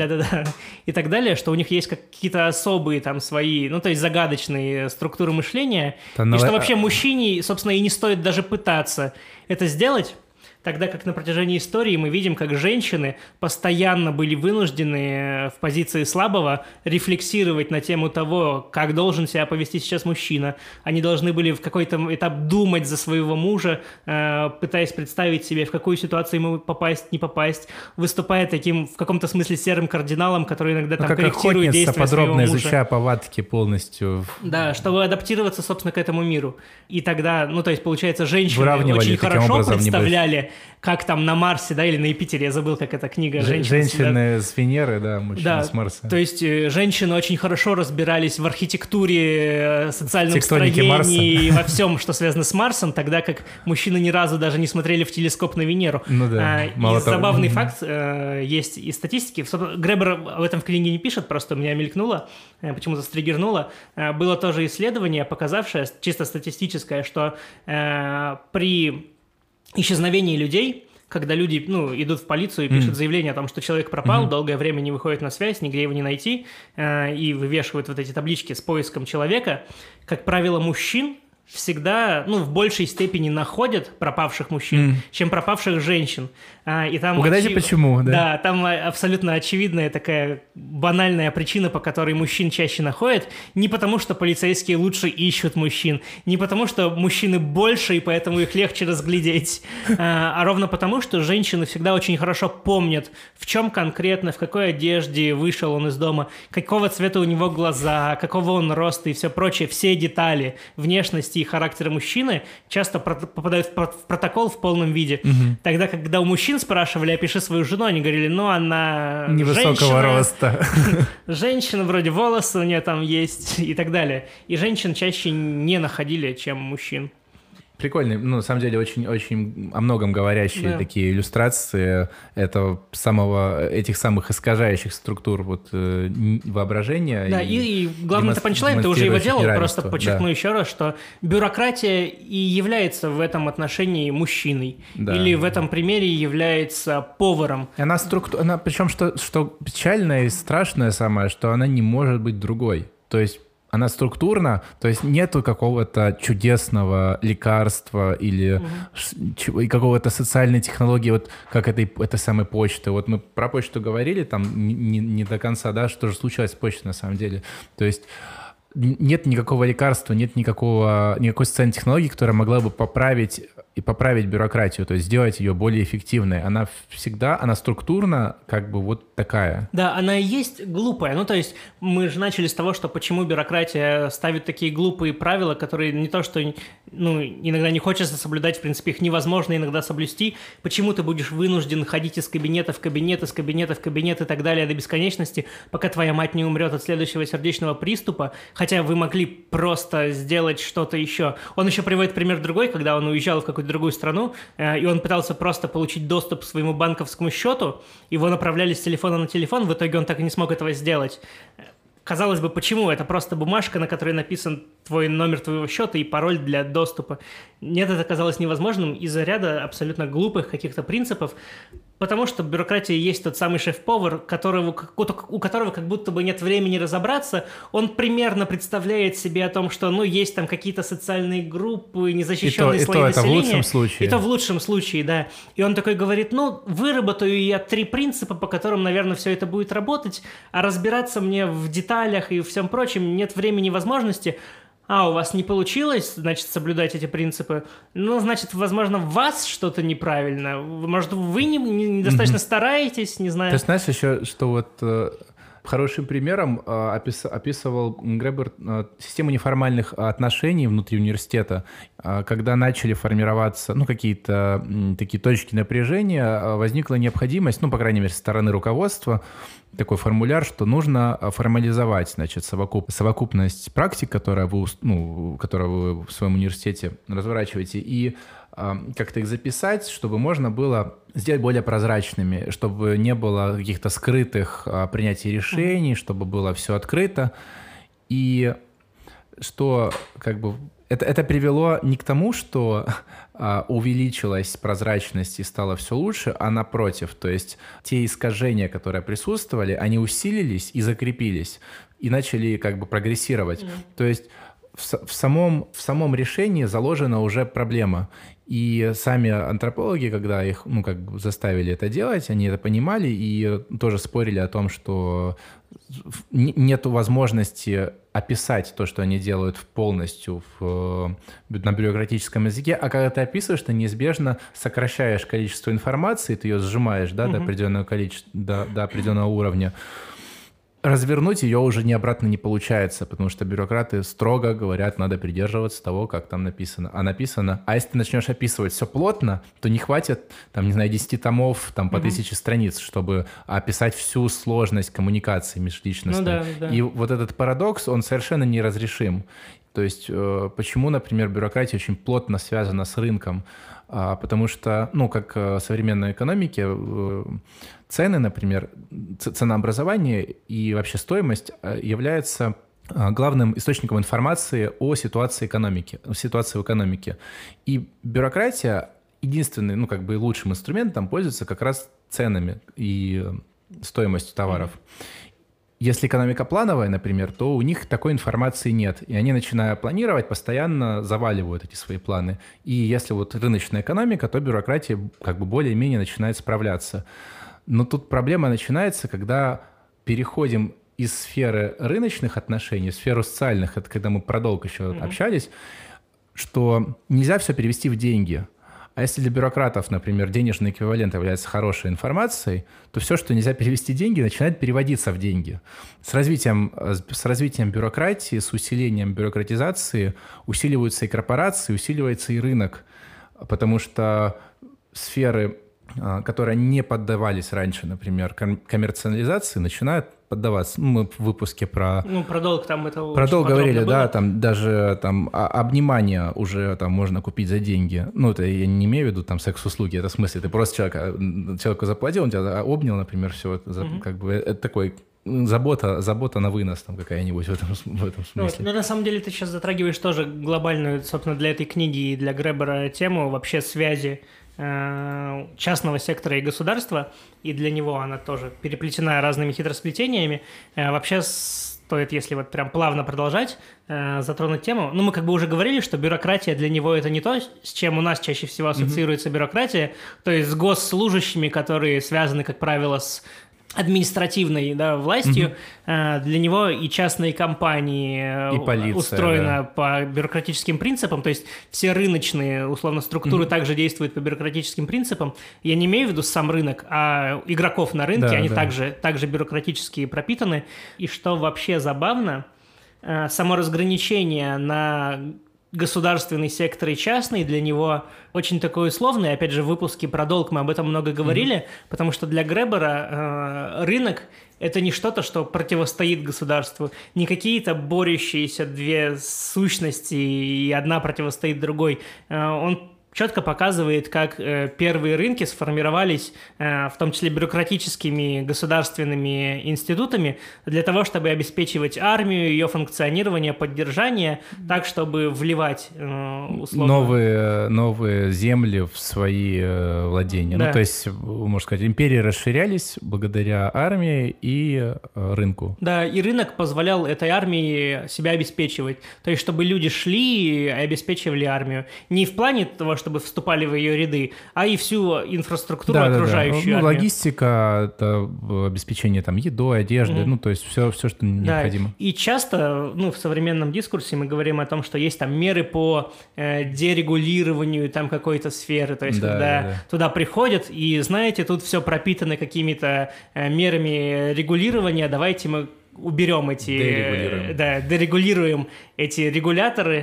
и так далее, что у них есть какие-то особые там свои, ну то есть загадочные структуры мышления, и что вообще мужчине, собственно, и не стоит даже пытаться это сделать, тогда как на протяжении истории мы видим, как женщины постоянно были вынуждены в позиции слабого рефлексировать на тему того, как должен себя повести сейчас мужчина. Они должны были в какой-то этап думать за своего мужа, пытаясь представить себе, в какую ситуацию ему попасть, не попасть, выступая таким, в каком-то смысле, серым кардиналом, который иногда там корректирует действия своего мужа. Подробно изучая повадки полностью. Да, чтобы адаптироваться, собственно, к этому миру. И тогда, ну, то есть, получается, женщины очень хорошо представляли, как там на Марсе, да, или на Юпитере, я забыл, как эта книга. Женщины с Венеры, да, мужчины с Марса. То есть женщины очень хорошо разбирались в архитектуре, социальном строении и во всем, что связано с Марсом, тогда как мужчины ни разу даже не смотрели в телескоп на Венеру. И забавный факт есть из статистики. Гребер об этом в книге не пишет, просто у меня мелькнуло, почему-то стригернуло. Было тоже исследование, показавшее, чисто статистическое, что при исчезновение людей, когда люди, идут в полицию и пишут заявление о том, что человек пропал, долгое время не выходит на связь, нигде его не найти, и вывешивают вот эти таблички с поиском человека, как правило, мужчин всегда, в большей степени находят пропавших мужчин, чем пропавших женщин. И там угадайте, почему, да? Да, там абсолютно очевидная такая банальная причина, по которой мужчин чаще находят. Не потому, что полицейские лучше ищут мужчин, не потому, что мужчины больше, и поэтому их легче разглядеть, а ровно потому, что женщины всегда очень хорошо помнят, в чем конкретно, в какой одежде вышел он из дома, какого цвета у него глаза, какого он роста и все прочее, все детали внешности и характера мужчины часто попадают в протокол в полном виде. Тогда, когда у мужчин спрашивали, опиши свою жену, они говорили, она невысокого роста. Женщина, вроде волосы у нее там есть и так далее. И женщин чаще не находили, чем мужчин. Прикольные, ну, на самом деле, очень о многом говорящие такие иллюстрации этих самых искажающих структур воображения. Да, и главное, это панчлайн, ты уже его делал, просто подчеркну еще раз, что бюрократия и является в этом отношении мужчиной. Да. Или в этом примере является поваром. Она причем, что печальное и страшное самое, что она не может быть другой. То есть она структурна, то есть нету какого-то чудесного лекарства или какого-то социальной технологии, вот как этой самой почты. Вот мы про почту говорили, там не до конца, да, что же случилось с почтой на самом деле. То есть нет никакого лекарства, нет никакой социальной технологии, которая могла бы поправить бюрократию, то есть сделать ее более эффективной. Она структурно как бы вот такая. Да, она и есть глупая. Ну, то есть мы же начали с того, что почему бюрократия ставит такие глупые правила, которые не то, что иногда не хочется соблюдать, в принципе, их невозможно иногда соблюсти. Почему ты будешь вынужден ходить из кабинета в кабинет, из кабинета в кабинет и так далее до бесконечности, пока твоя мать не умрет от следующего сердечного приступа, хотя вы могли просто сделать что-то еще. Он еще приводит пример другой, когда он уезжал в какую-то другую страну, и он пытался просто получить доступ к своему банковскому счету, его направляли с телефона на телефон, в итоге он так и не смог этого сделать. Казалось бы, почему? Это просто бумажка, на которой написан твой номер твоего счета и пароль для доступа. Нет, это казалось невозможным из-за ряда абсолютно глупых каких-то принципов, потому что бюрократия есть тот самый шеф-повар, у которого как будто бы нет времени разобраться. Он примерно представляет себе о том, что есть там какие-то социальные группы, незащищенные слои населения. Это в лучшем случае. Это в лучшем случае, да. И он такой говорит, выработаю я 3 принципа, по которым, наверное, все это будет работать, а разбираться мне в деталях и всем прочем нет времени и возможности. У вас не получилось, значит, соблюдать эти принципы? Значит, возможно, в вас что-то неправильно. Может, вы недостаточно стараетесь, не знаю. Ты знаешь еще, что хорошим примером описывал Гребер систему неформальных отношений внутри университета, когда начали формироваться какие-то такие точки напряжения, возникла необходимость, по крайней мере, со стороны руководства, такой формуляр, что нужно формализовать, значит, совокупность практик, которую вы в своем университете разворачиваете, и как-то их записать, чтобы можно было сделать более прозрачными, чтобы не было каких-то скрытых принятий решений, чтобы было все открыто. И что это привело не к тому, что увеличилась прозрачность и стало все лучше, а напротив. То есть те искажения, которые присутствовали, они усилились и закрепились, и начали прогрессировать. То есть в самом решении заложена уже проблема. И сами антропологи, когда их заставили это делать, они это понимали и тоже спорили о том, что нет возможности описать то, что они делают полностью на бюрократическом языке, а когда ты описываешь, ты неизбежно сокращаешь количество информации, ты ее сжимаешь до определенного количества, до определенного уровня. Развернуть ее уже обратно не получается, потому что бюрократы строго говорят, надо придерживаться того, как там написано. А если ты начнешь описывать все плотно, то не хватит, 10 томов, по 1000 страниц, чтобы описать всю сложность коммуникации межличностной. Да. И вот этот парадокс, он совершенно неразрешим. То есть почему, например, бюрократия очень плотно связана с рынком? Потому что, как в современной экономике, цены, например, ценообразование и вообще стоимость является главным источником информации о ситуации в экономике. И бюрократия единственный, лучшим инструментом пользуется как раз ценами и стоимостью товаров. Если экономика плановая, например, то у них такой информации нет. И они, начиная планировать, постоянно заваливают эти свои планы. И если рыночная экономика, то бюрократия более-менее начинает справляться. Но тут проблема начинается, когда переходим из сферы рыночных отношений в сферу социальных, это когда мы про долг еще общались, что нельзя все перевести в деньги. А если для бюрократов, например, денежный эквивалент является хорошей информацией, то все, что нельзя перевести в деньги, начинает переводиться в деньги. С развитием бюрократии, с усилением бюрократизации усиливаются и корпорации, усиливается и рынок, потому что сферы которые не поддавались раньше, например, коммерциализации, начинают поддаваться. Мы в выпуске про... про долг там это про долг говорили, было. да, там даже там обнимание уже там можно купить за деньги. Ну, это я не имею в виду там секс-услуги, это в смысле, ты просто человеку заплатил, он тебя обнял, например, все, как бы это такой... Забота на вынос там какая-нибудь в этом смысле. Ну, на самом деле ты сейчас затрагиваешь тоже глобальную, собственно, для этой книги и для Гребера тему вообще связи частного сектора и государства, и для него она тоже переплетена разными хитросплетениями. Вообще стоит, если вот прям плавно продолжать, затронуть тему. Ну, мы как бы уже говорили, что бюрократия для него это не то, с чем у нас чаще всего ассоциируется бюрократия, то есть с госслужащими, которые связаны, как правило, с административной, да, властью. Для него и частные компании и полиция, устроены по бюрократическим принципам, то есть все рыночные, условно, структуры также действуют по бюрократическим принципам. Я не имею в виду сам рынок, а игроков на рынке, они также бюрократически пропитаны. И что вообще забавно, само разграничение на государственный сектор и частный для него очень такой условный. Опять же, в выпуске про долг мы об этом много говорили, потому что для Гребера рынок – это не что-то, что противостоит государству, не какие-то борющиеся две сущности, и одна противостоит другой. Он четко показывает, как первые рынки сформировались, в том числе бюрократическими государственными институтами, для того, чтобы обеспечивать армию, ее функционирование, поддержание, так, чтобы вливать условно... новые земли в свои владения. Да. Ну, то есть, можно сказать, империи расширялись благодаря армии и рынку. Да, и рынок позволял этой армии себя обеспечивать. То есть, чтобы люди шли и обеспечивали армию. Не в плане того, чтобы вступали в ее ряды, а и всю инфраструктуру окружающую армию. Логистика, это обеспечение там едой, одежды, ну, то есть все, что необходимо. И часто, в современном дискурсе мы говорим о том, что есть там меры по дерегулированию там какой-то сферы, то есть когда туда приходят и, знаете, тут все пропитано какими-то мерами регулирования, давайте мы уберем эти... Дерегулируем эти регуляторы.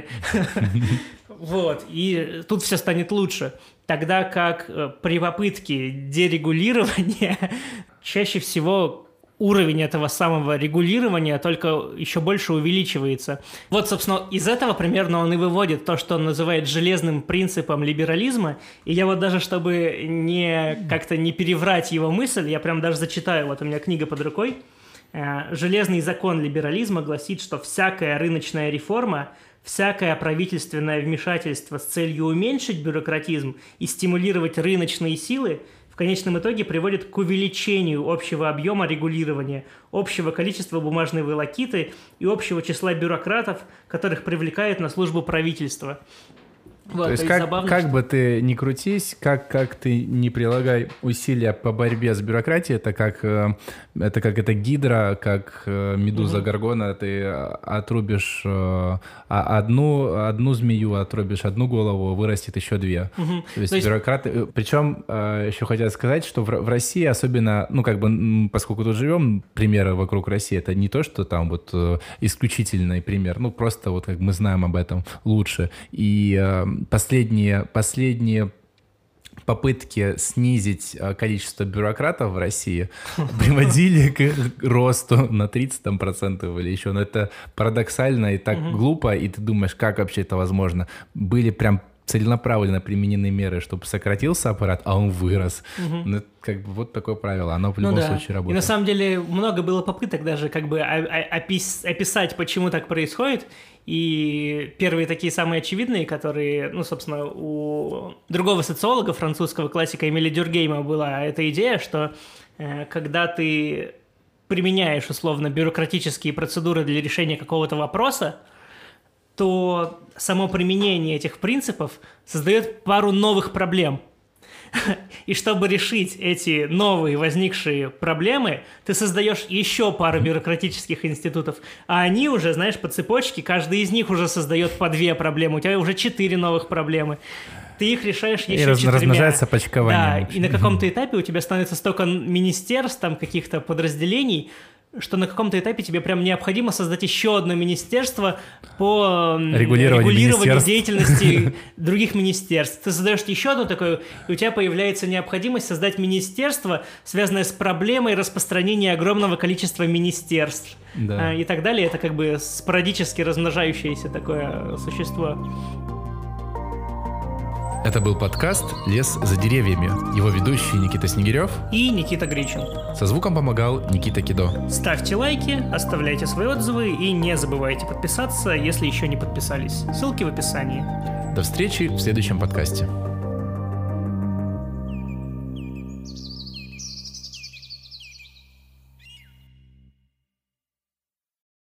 Вот, и тут все станет лучше. Тогда как при попытке дерегулирования чаще всего уровень этого самого регулирования только еще больше увеличивается. Вот, собственно, из этого примерно он и выводит то, что он называет железным принципом либерализма. И я вот даже, чтобы как-то не переврать его мысль, я прям даже зачитаю, вот у меня книга под рукой. Железный закон либерализма гласит, что всякая рыночная реформа, всякое правительственное вмешательство с целью уменьшить бюрократизм и стимулировать рыночные силы в конечном итоге приводит к увеличению общего объема регулирования, общего количества бумажной волокиты и общего числа бюрократов, которых привлекает на службу правительства. Вот, то есть как бы ты ни крутись, как ты не прилагай усилия по борьбе с бюрократией, это как эта гидра, как медуза Горгона, ты отрубишь одну змею, отрубишь одну голову, вырастет еще две. То есть бюрократы... Причем еще хотят сказать, что в России особенно, поскольку тут живем, примеры вокруг России, это не то, что там вот исключительный пример, просто вот как мы знаем об этом лучше. И последние попытки снизить количество бюрократов в России приводили к росту на 30% или еще. Но это парадоксально и так глупо, и ты думаешь, как вообще это возможно. Были прям целенаправленно применены меры, чтобы сократился аппарат, а он вырос. Ну, вот такое правило, оно в любом случае работает. И на самом деле много было попыток даже описать, почему так происходит. И первые такие самые очевидные, которые, собственно, у другого социолога французского классика Эмиля Дюркгейма была эта идея, что когда ты применяешь условно бюрократические процедуры для решения какого-то вопроса, то само применение этих принципов создает пару новых проблем. И чтобы решить эти новые возникшие проблемы, ты создаешь еще пару бюрократических институтов, а они уже, знаешь, по цепочке, каждый из них уже создает по 2 проблемы, у тебя уже 4 новых проблемы. Ты их решаешь еще 4. Размножается почкованием. Да, и на каком-то этапе у тебя становится столько министерств, там каких-то подразделений, что на каком-то этапе тебе прям необходимо создать еще одно министерство по регулированию деятельности других министерств. Ты создаешь еще одно такое, и у тебя появляется необходимость создать министерство, связанное с проблемой распространения огромного количества министерств. Да. И так далее. Это как бы спорадически размножающееся такое существо. Это был подкаст «Лес за деревьями». Его ведущий Никита Снегирев и Никита Гричин. Со звуком помогал Никита Кидо. Ставьте лайки, оставляйте свои отзывы и не забывайте подписаться, если еще не подписались. Ссылки в описании. До встречи в следующем подкасте.